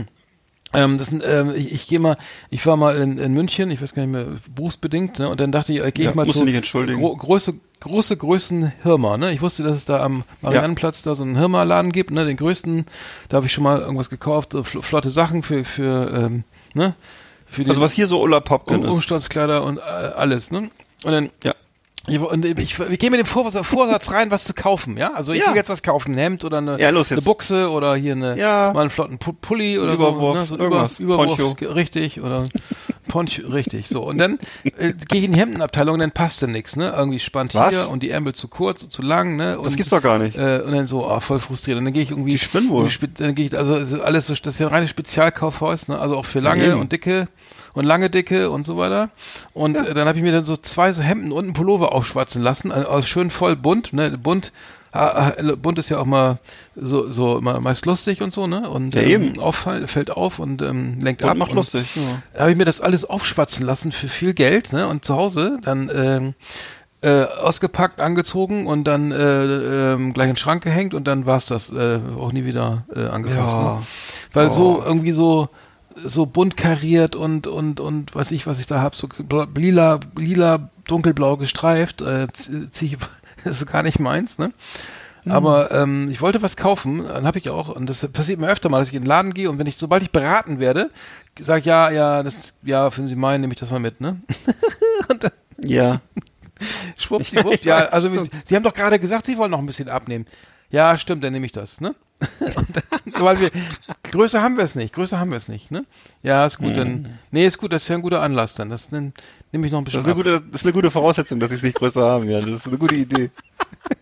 ich war mal in München, ich weiß gar nicht mehr, berufsbedingt, ne, und dann dachte ich, gehe ich mal zu große Größen Hirma, ne, ich wusste, dass es da am Mariannenplatz da so einen Hirma-Laden gibt, ne, den größten, da habe ich schon mal irgendwas gekauft, flotte Sachen für den, also was hier so Ulla Popken ist. Umstandskleider und alles, ne, und dann, ich gehe mit dem Vorsatz rein, was zu kaufen, ja? Also ich will jetzt was kaufen, ein Hemd oder eine Buchse oder hier mal einen flotten Pulli oder Überwurf, so, ne? Überwurf, Poncho. Richtig, oder Poncho, richtig, so. Und dann gehe ich in die Hemdenabteilung und dann passte nix, ne? Irgendwie spannt hier und die Ärmel zu kurz, zu lang, ne? Und, das gibt's doch gar nicht. Und dann so, voll frustriert. Und dann gehe ich irgendwie... Die spinnen wohl. Dann gehe ich, also alles so, das ist ja ein reines Spezialkaufhaus, ne? Also auch für lange und dicke und lange Dicke und so weiter. Und dann habe ich mir dann so 2 so Hemden und einen Pullover aufschwatzen lassen, also schön voll bunt, ne? Bunt ist ja auch mal so meist lustig und so, ne? Und fällt auf und lenkt ab. Macht lustig. Da habe ich mir das alles aufschwatzen lassen für viel Geld, ne? Und zu Hause dann ausgepackt, angezogen und dann gleich in den Schrank gehängt und dann war's das auch nie wieder angefasst. Ne? Weil so irgendwie so bunt kariert und weiß ich, was ich da hab, so lila, dunkelblau gestreift, ist gar nicht meins, ne? Aber ich wollte was kaufen, dann habe ich auch, und das passiert mir öfter mal, dass ich in den Laden gehe und sobald ich beraten werde, sage ich, finden Sie meinen, nehme ich das mal mit, ne? Und dann, schwuppdiwupp, also Sie haben doch gerade gesagt, Sie wollen noch ein bisschen abnehmen. Ja, stimmt, dann nehme ich das, ne? Weil größer haben wir es nicht, ne? Ja, ist gut, ist gut, das ist ja ein guter Anlass dann, das nehme ich noch ein bisschen das ist eine gute Voraussetzung, dass sie es nicht größer haben, ja, das ist eine gute Idee.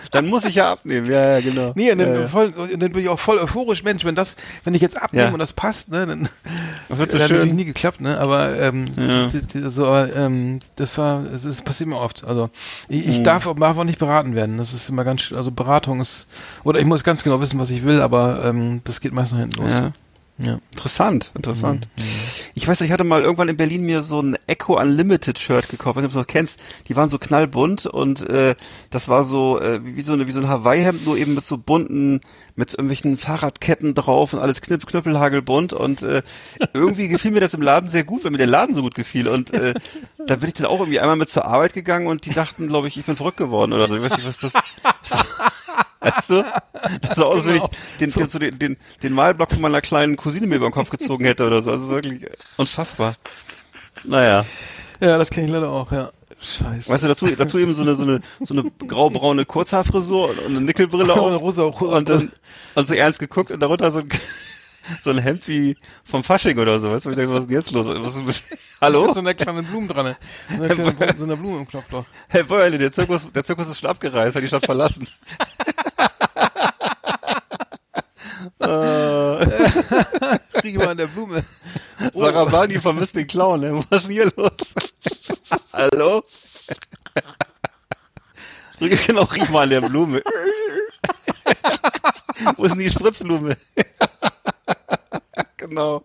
Dann muss ich ja abnehmen, ja, genau. Nee, und dann bin ich auch voll euphorisch, Mensch, wenn ich jetzt abnehme und das passt, ne, dann das wird so hat schön. natürlich nie geklappt, ne, aber das passiert mir oft. Also ich darf auch nicht beraten werden. Das ist immer also Beratung ist, oder ich muss ganz genau wissen, was ich will, aber das geht meist nach hinten los. Ja. Interessant. Ich weiß, ich hatte mal irgendwann in Berlin mir so ein Echo Unlimited Shirt gekauft, weiß nicht, ob du das noch kennst. Die waren so knallbunt und das war so wie so ein Hawaii-Hemd, nur eben mit so bunten, mit irgendwelchen Fahrradketten drauf und alles knüppelhagelbunt und irgendwie gefiel mir das im Laden sehr gut, weil mir der Laden so gut gefiel und da bin ich dann auch irgendwie einmal mit zur Arbeit gegangen und die dachten, glaube ich bin verrückt geworden oder so. Ich weiß nicht, was das weißt du? Das sah aus, wenn ich den Malblock von meiner kleinen Cousine mir über den Kopf gezogen hätte oder so. Also wirklich unfassbar. Naja. Ja, das kenne ich leider auch, ja. Scheiße. Weißt du, dazu eben so eine graubraune Kurzhaarfrisur und eine Nickelbrille auch. Rosa und so ernst geguckt und darunter so ein Hemd wie vom Fasching oder so. Weißt du, ich dachte, was ist denn jetzt los? Hallo? Mit so einer kleinen Blumen dran. So eine Blume im Knopfloch. Herr Bäuerle, der Zirkus ist schon abgereist, hat die Stadt verlassen. Riech mal an der Blume. Sarabani vermisst den Clown, ne? Was ist denn hier los? Hallo? Genau, riech mal an der Blume. Wo ist denn die Spritzblume? Genau.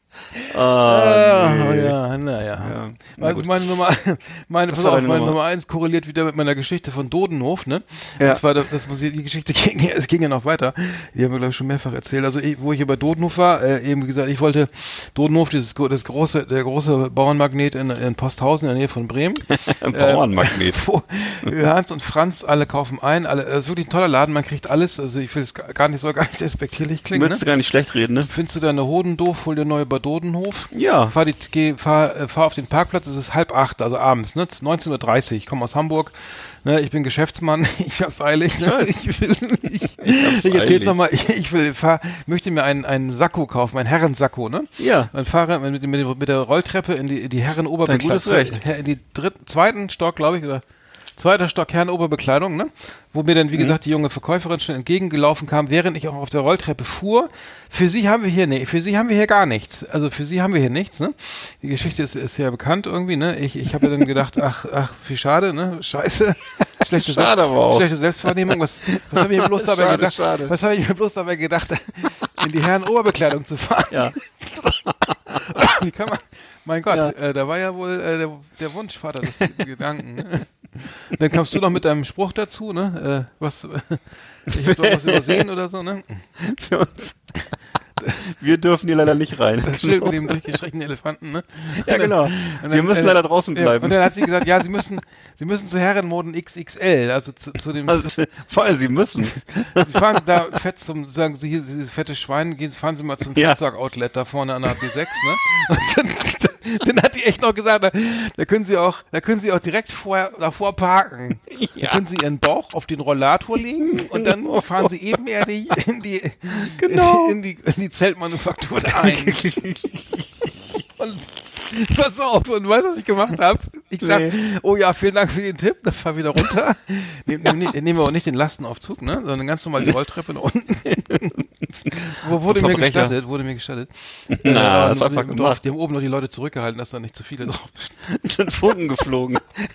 Naja. Also meine Nummer 1 korreliert wieder mit meiner Geschichte von Dodenhof, ne? Ja. Und zwar, die Geschichte ging ja noch weiter. Die haben wir, glaube ich, schon mehrfach erzählt. Also, wo ich hier bei Dodenhof war, eben wie gesagt, ich wollte Dodenhof, der große Bauernmagnet in Posthausen in der Nähe von Bremen. Ein Bauernmagnet. Hans und Franz, alle kaufen ein, das ist wirklich ein toller Laden, man kriegt alles, also ich will es soll gar nicht respektierlich klingen. Willst du gar nicht schlecht reden, ne? Findest du deine Hoden doof, hol dir neue bei Dodenhof. Ja. Fahr auf den Parkplatz, es ist 7:30, also abends, ne? 19:30 Uhr, ich komme aus Hamburg, ne? Ich bin Geschäftsmann, ich hab's eilig, ne? Ich erzähl's nochmal, möchte mir einen Sakko kaufen, einen Herrensakko, ne? Ja. Dann fahre mit der Rolltreppe in die Herrenoberbekleidung. Gutes Recht. In die zweiten Stock, glaube ich, oder zweiter Stock Herrenoberbekleidung, ne? Wo mir dann, wie gesagt, die junge Verkäuferin schon entgegengelaufen kam, während ich auch auf der Rolltreppe fuhr. Für sie haben wir hier gar nichts. Also für sie haben wir hier nichts, ne? Die Geschichte ist ja bekannt irgendwie, ne? Ich habe dann gedacht, ach, wie schade, ne? Scheiße. Schlechte Selbstvernehmung. Was habe ich mir bloß dabei gedacht? Was habe ich mir bloß dabei gedacht, in die Herrenoberbekleidung zu fahren? Ja. Wie kann man, mein Gott, da war ja wohl der Wunschvater des Gedanken, ne? Dann kamst du noch mit deinem Spruch dazu, ne? Ich habe doch was übersehen oder so, ne? Wir dürfen hier leider nicht rein. Das Schild mit dem durchgeschreckten Elefanten, ne? Ja, genau. Wir müssen leider draußen bleiben. Und dann hat sie gesagt, ja, sie müssen zu Herrenmoden XXL, also zu dem... Vor allem, sie müssen. Sie fahren da sagen sie hier, dieses fette Schwein, fahren sie mal zum Fettsack-Outlet da vorne an der B6, ne? Und dann hat die echt noch gesagt, da können sie auch direkt davor parken. Ja. Da können sie ihren Bauch auf den Rollator legen und dann fahren sie ebenerdig in die Zeltmanufaktur da ein. Und pass auf, und weißt du, was ich gemacht habe? Ich sag, oh ja, vielen Dank für den Tipp, dann fahr wieder runter. Nehmen wir auch nicht den Lastenaufzug, ne? Sondern ganz normal die Rolltreppe nach unten. Wurde mir gestattet. Na, das ist einfach gemacht. Die haben oben noch die Leute zurückgehalten, dass da nicht zu viele drauf sind Funken geflogen.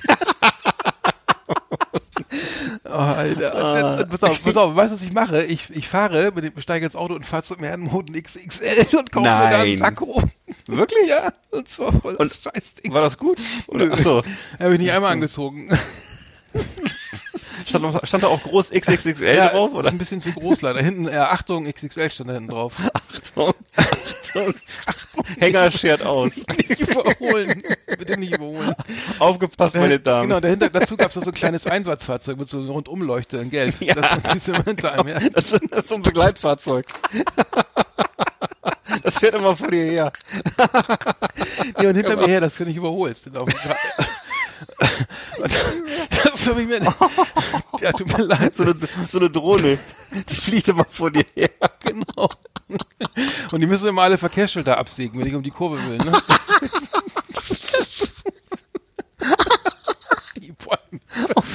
Oh, Alter. Pass auf, weißt du, was ich mache? Ich steige ins Auto und fahre zum Herrenmoden XXL und kaufe mir da einen Sakko. Wirklich? Ja, und zwar voll das Scheißding. War das gut? Oder? Achso. Habe ich nicht einmal angezogen. Stand da auch groß XXXL drauf? Oder? Ist ein bisschen zu groß leider. Hinten, Achtung, XXL stand da hinten drauf. Achtung. Hänger schert aus. Nicht überholen. Bitte nicht überholen. Aufgepasst, meine Damen. Genau, dazu gab es so ein kleines Einsatzfahrzeug mit so einer Rundumleuchte in Gelb. Ja. Das siehst du immer hinter einem, ja. Das ist so ein Begleitfahrzeug. Das fährt immer vor dir her. Nee, und hinter mir her, das kann ich überholt. Das habe ich mir... Ja, tut mir leid. So eine Drohne, die fliegt immer vor dir her. Genau. Und die müssen immer alle Verkehrsschilder absägen, wenn ich um die Kurve will, ne?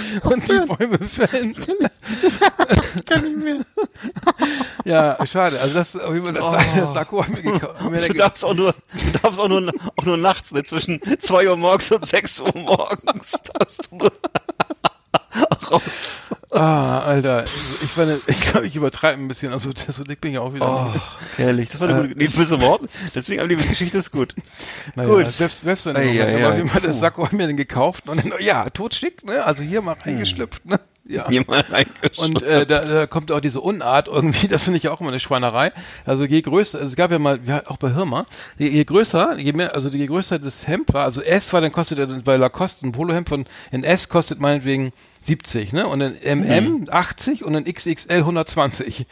und die Bäume fällen. Kann ich mehr. Ja, schade. Also das Sakko haben wir gekauft. Du darfst auch nur nachts, ne, zwischen 2 Uhr morgens und 6 Uhr morgens darfst du nur raus. Alter, ich glaube, ich übertreibe ein bisschen, also so dick bin ich auch wieder nicht. Herrlich, das war eine gute, böse Worte, deswegen, aber die Geschichte ist gut. Naja, gut. Selbst wenn wir mal das Sakko haben wir den gekauft und dann, totschick, ne, also hier mal reingeschlüpft, ne. Ja. Und da kommt auch diese Unart irgendwie, das finde ich ja auch immer eine Schweinerei. Also je größer, also es gab ja mal, auch bei Hirmer, je größer das Hemd war, also S war, dann kostet er bei Lacoste ein Polohemd in S kostet meinetwegen 70, ne? Und in MM 80 und in XXL 120.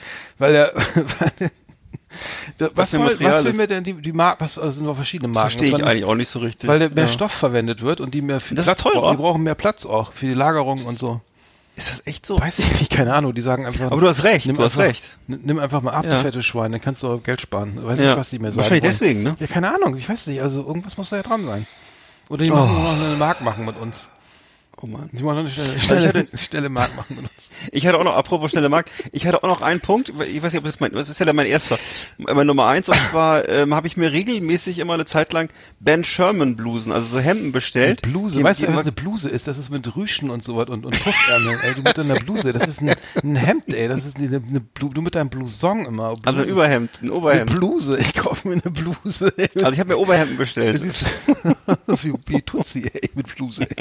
Was will mir denn die Marken, also sind noch verschiedene Marken. Das verstehe ich eigentlich auch nicht so richtig. Weil mehr Stoff verwendet wird und die mehr Platz brauchen. Die brauchen mehr Platz auch für die Lagerung und so. Ist das echt so? Weiß ich nicht, keine Ahnung, die sagen einfach... Aber du hast recht, Nimm einfach mal ab, du fette Schwein, dann kannst du auch Geld sparen. Weiß nicht, was die mir sagen wahrscheinlich wollen. Deswegen, ne? Ja, keine Ahnung, ich weiß nicht, also irgendwas muss da ja dran sein. Oder die machen noch eine Mark machen mit uns. Oh Mann. Die wollen noch eine schnelle Mark machen mit uns. Ich hatte auch noch, apropos schnelle Mark, ich hatte auch noch einen Punkt, ich weiß nicht, ob das ist ja mein erster, mein Nummer 1, und zwar habe ich mir regelmäßig immer eine Zeit lang Ben Sherman Blusen, also so Hemden bestellt. Eine Bluse, weißt du, was eine Bluse ist? Das ist mit Rüschen und sowas und Puffärmeln, ey, du mit deiner Bluse, das ist ein Hemd, ey, das ist du mit deinem Blouson immer. Bluse. Also ein Oberhemd. Eine Bluse, ich kaufe mir eine Bluse, ey. Also ich habe mir Oberhemden bestellt. Das ist wie Tutsi, ey, mit Bluse, ey.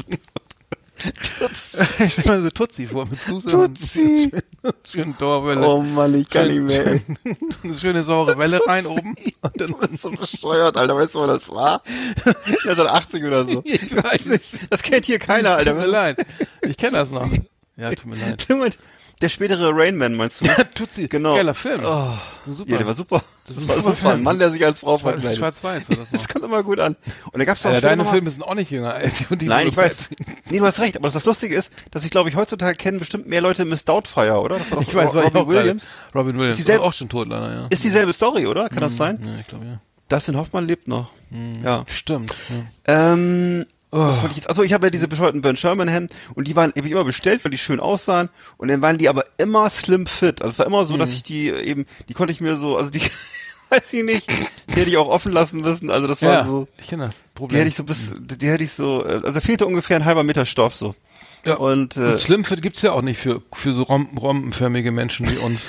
Ich stell mir so Tutsi vor, mit Bluse Tutsi. und schönen Dauerwelle. Oh Mann, ich kann nicht mehr. Eine schöne saure Welle rein oben. Und dann du bist so bescheuert, Alter. Weißt du, wo das war? 1980 oder so. Ich weiß nicht. Das kennt hier keiner, Alter. Tut mir leid. Ich kenne das noch. Ja, tut mir leid. Der spätere Rain Man, meinst du? Tutsi. Genau. Geiler Film. Oh. Super. Ja, der war super. Das war super. Ein Mann, der sich als Frau verkleidet. Schwarz-Weiß oder so. Das kommt immer gut an. Und da gab's auch deine Filme sind auch nicht jünger als die. Nein, ich weiß. Nee, du hast recht. Aber das Lustige ist, dass ich glaube, heutzutage kennen bestimmt mehr Leute Miss Doubtfire, oder? Das war doch ich weiß, Robin Williams. Robin Williams ist auch schon tot, leider, ja. Ist dieselbe Story, oder? Kann das sein? Ja, ich glaube, ja. Dustin Hoffmann lebt noch. Ja. Stimmt. Ja. Was wollte ich jetzt? Also ich habe ja diese bescheuerten Ben Sherman Hemden und die habe ich immer bestellt, weil die schön aussahen und dann waren die aber immer slim fit. Also es war immer so, dass ich die konnte ich mir so, also die weiß ich nicht, die hätte ich auch offen lassen müssen. Also das war so. Ich kenne das Problem. Die hätte ich so, also da fehlte ungefähr ein halber Meter Stoff so. Ja. Und slim fit gibt's ja auch nicht für so rompenförmige Menschen wie uns.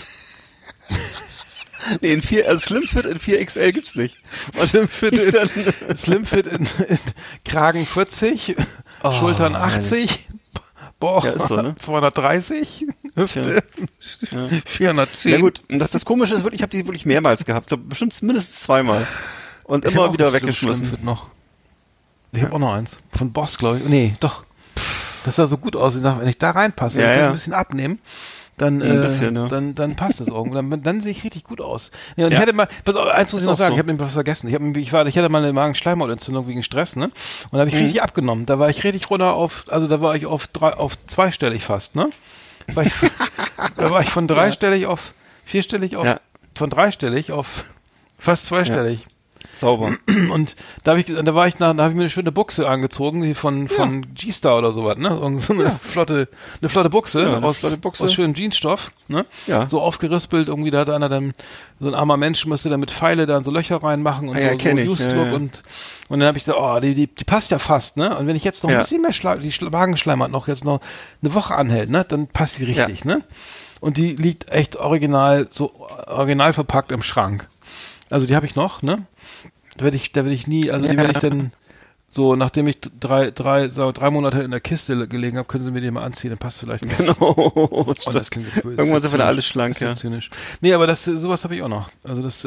Nee, Slimfit in 4XL gibt's nicht. Und Slimfit in Kragen 40, Schultern 80, Bauch ist so, ne? 230, Hüfte 410. Ja gut, und das Komische ist wirklich, ich habe die wirklich mehrmals gehabt, so bestimmt mindestens zweimal. Und immer wieder weggeschmissen. Slimfit noch. Ich habe auch noch eins. Von Boss, glaube ich. Nee, doch. Das sah so gut aus. Wenn ich da reinpasse, kann ich ein bisschen abnehmen. Dann passt es irgendwie. Dann sehe ich richtig gut aus. Ja, und ich hatte mal, eins muss ich noch sagen, ich habe nämlich was vergessen. Ich hatte mal eine Magenschleimhautentzündung wegen Stress, ne? Und da habe ich richtig abgenommen. Da war ich richtig runter auf zweistellig fast, ne? Da war ich von dreistellig auf vierstellig von dreistellig auf fast zweistellig. Ja. Sauber. Und da habe ich mir eine schöne Buchse angezogen, die von G-Star oder sowas, ne? So eine flotte Buchse aus schönem Jeansstoff, ne? Ja. So aufgerispelt, irgendwie da hat einer dann, so ein armer Mensch musste da mit Pfeile dann so Löcher reinmachen und so Just-Look und dann habe ich gesagt, die passt ja fast, ne? Und wenn ich jetzt noch ein bisschen mehr die Magenschleimhaut noch jetzt noch eine Woche anhält, ne? Dann passt die richtig, ne? Und die liegt echt original verpackt im Schrank. Also die habe ich noch, ne? Die werde ich nie, also die werde ich dann so, nachdem ich drei Monate in der Kiste gelegen habe, können sie mir die mal anziehen, dann passt vielleicht mehr. Genau. Oh, das klingt jetzt böse. Irgendwann sind wir da alle schlank, ja. Zynisch. Nee, aber sowas habe ich auch noch. Also das,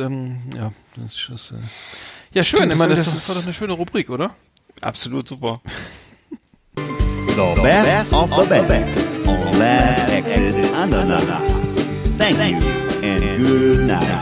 ja schön, ich meine, das war doch eine schöne Rubrik, oder? Absolut super. The best of the best on Last Exit Andernach. Thank you and good night.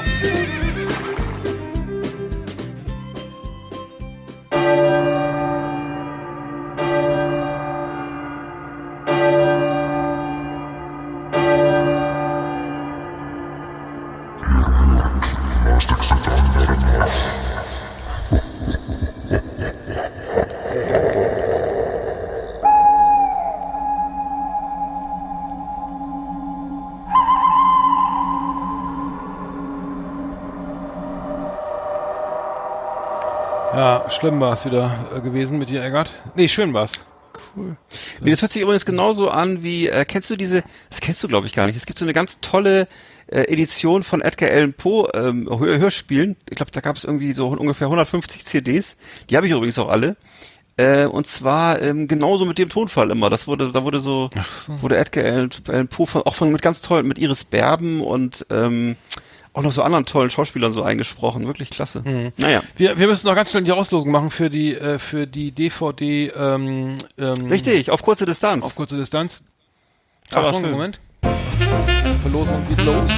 Ja, schlimm war es wieder gewesen mit dir, Eggert. Nee, schön war's. Cool. Nee, das hört sich übrigens genauso an wie, kennst du das kennst du glaube ich gar nicht. Es gibt so eine ganz tolle Edition von Edgar Allan Poe Hörspielen. Ich glaube, da gab es irgendwie so ungefähr 150 CDs. Die habe ich übrigens auch alle. Und zwar genauso mit dem Tonfall immer. Wurde Edgar Allan Poe mit ganz toll, mit Iris Berben und auch noch so anderen tollen Schauspielern so eingesprochen. Wirklich klasse. Mhm. Naja. Wir müssen noch ganz schnell die Auslosung machen für die DVD. Richtig, auf kurze Distanz. Auf kurze Distanz. Toller Achtung, Film. Moment. Verlosung geht los.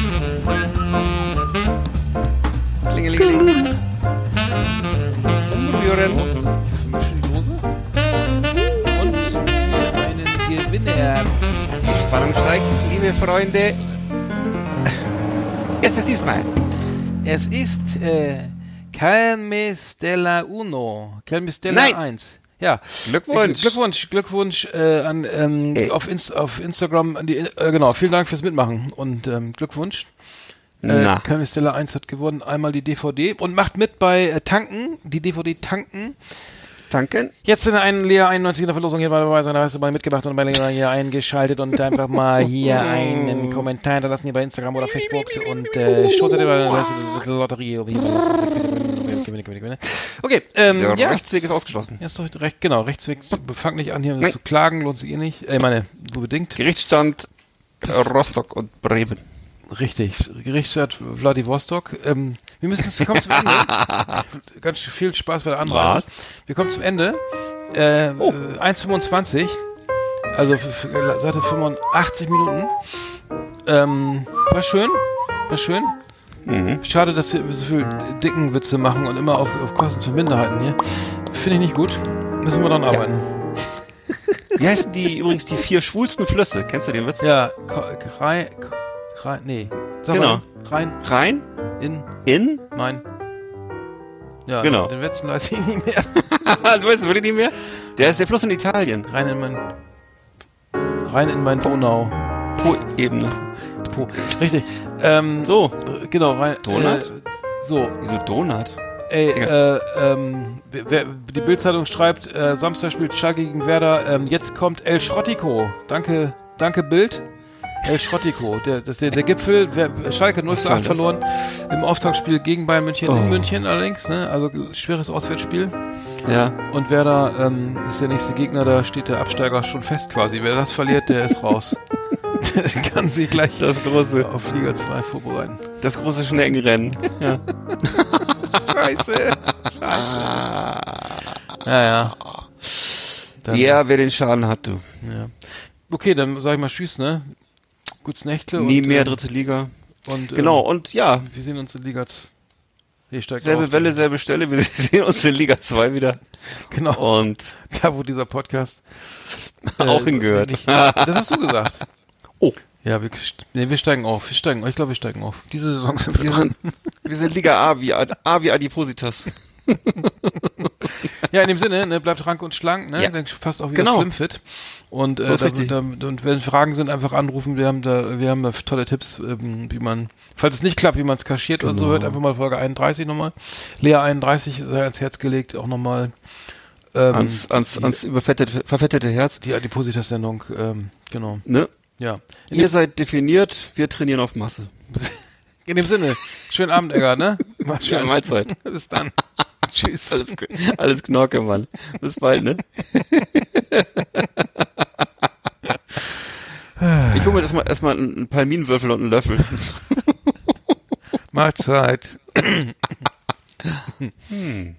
Klingelingeling. Umrühren. Vermische die Lose. Und hier einen Gewinner. Die Spannung steigt, liebe Freunde. Ist es diesmal? Es ist Calme Stella 1. Ja. Glückwunsch an auf Instagram an die genau, vielen Dank fürs Mitmachen und Glückwunsch. Calme Stella 1 hat gewonnen, einmal die DVD und macht mit bei Tanken, die DVD Tanken. Tanken. Jetzt in einen Lea 91 in der Verlosung hier dabei sein, da hast du mal mitgemacht und bei Lea hier eingeschaltet und einfach mal hier einen Kommentar hinterlassen hier bei Instagram oder Facebook und schottet über die Lotterie. Okay, der Rechtsweg ist ausgeschlossen. Ja, ist doch recht, genau, Rechtsweg, fang nicht an hier zu klagen, lohnt sich eh nicht. Ich meine, nur bedingt. Gerichtsstand Rostock und Bremen. Richtig, Gerichtsstadt Vladivostok. Wir kommen zum Ende. Ganz viel Spaß bei der Anreise. Wir kommen zum Ende. 1,25. Also Seite 85 Minuten. War schön. Mhm. Schade, dass wir so viel dicken Witze machen und immer auf Kosten von Minderheiten hier. Finde ich nicht gut. Müssen wir dran arbeiten. Wie heißen übrigens die 4 schwulsten Flüsse? Kennst du den Witz? Ja, nee. Sag genau. Mal, Rhein? In? Nein. Ja, genau. Den Witz weiß ich nicht mehr. Du weißt es wirklich nicht mehr? Der ist der Fluss in Italien. Rein in mein Donau. Po-Ebene. Richtig. So. Genau, rein. Donut? So. Wieso Donut? Die Bild-Zeitung schreibt, Samstag spielt Schalke gegen Werder, jetzt kommt El Schrottico. Danke Bild. El Schrottico, der Gipfel, Schalke 0:8 verloren im Auftaktspiel gegen Bayern München, in München allerdings, ne? Also schweres Auswärtsspiel. Ja. Und Werder ist der nächste Gegner, da steht der Absteiger schon fest quasi. Wer das verliert, der ist raus. Der kann sich gleich das große auf Liga 2 vorbereiten. Das große Schneckenrennen. Ja. Scheiße. Ja. Ja, wer den Schaden hat, du. Ja. Okay, dann sag ich mal Tschüss, ne? Gutes Nächtle. Nie mehr dritte Liga. Und, genau, und ja. Wir sehen uns in Liga 2. Selbe Welle, selbe Stelle. Wir sehen uns in Liga 2 wieder. Genau. Und da, wo dieser Podcast auch hingehört. Das hast du gesagt. Oh. Ja, wir steigen auf. Ich glaube, wir steigen auf. Diese Saison sind wir dran. Wir sind Liga A wie Adipositas. Ja, in dem Sinne, ne, bleibt rank und schlank, ne? Ja. Dann fast auch wieder Slimfit. Und, und wenn Fragen sind, einfach anrufen. Wir haben da tolle Tipps, wie man, falls es nicht klappt, wie man es kaschiert oder so, hört einfach mal Folge 31 nochmal. Lea 31 sei ans Herz gelegt, auch nochmal. Ans verfettete Herz. Die Adipositas-Sendung, genau. Ne? Ja. Ihr seid definiert, wir trainieren auf Masse. In dem Sinne, schönen Abend, Egger, ne? Mal schön. Ja, Mahlzeit. Bis dann. Tschüss. Alles Knorke, Mann. Bis bald, ne? Ich hole mir erstmal einen Palminwürfel und einen Löffel. Mahlzeit.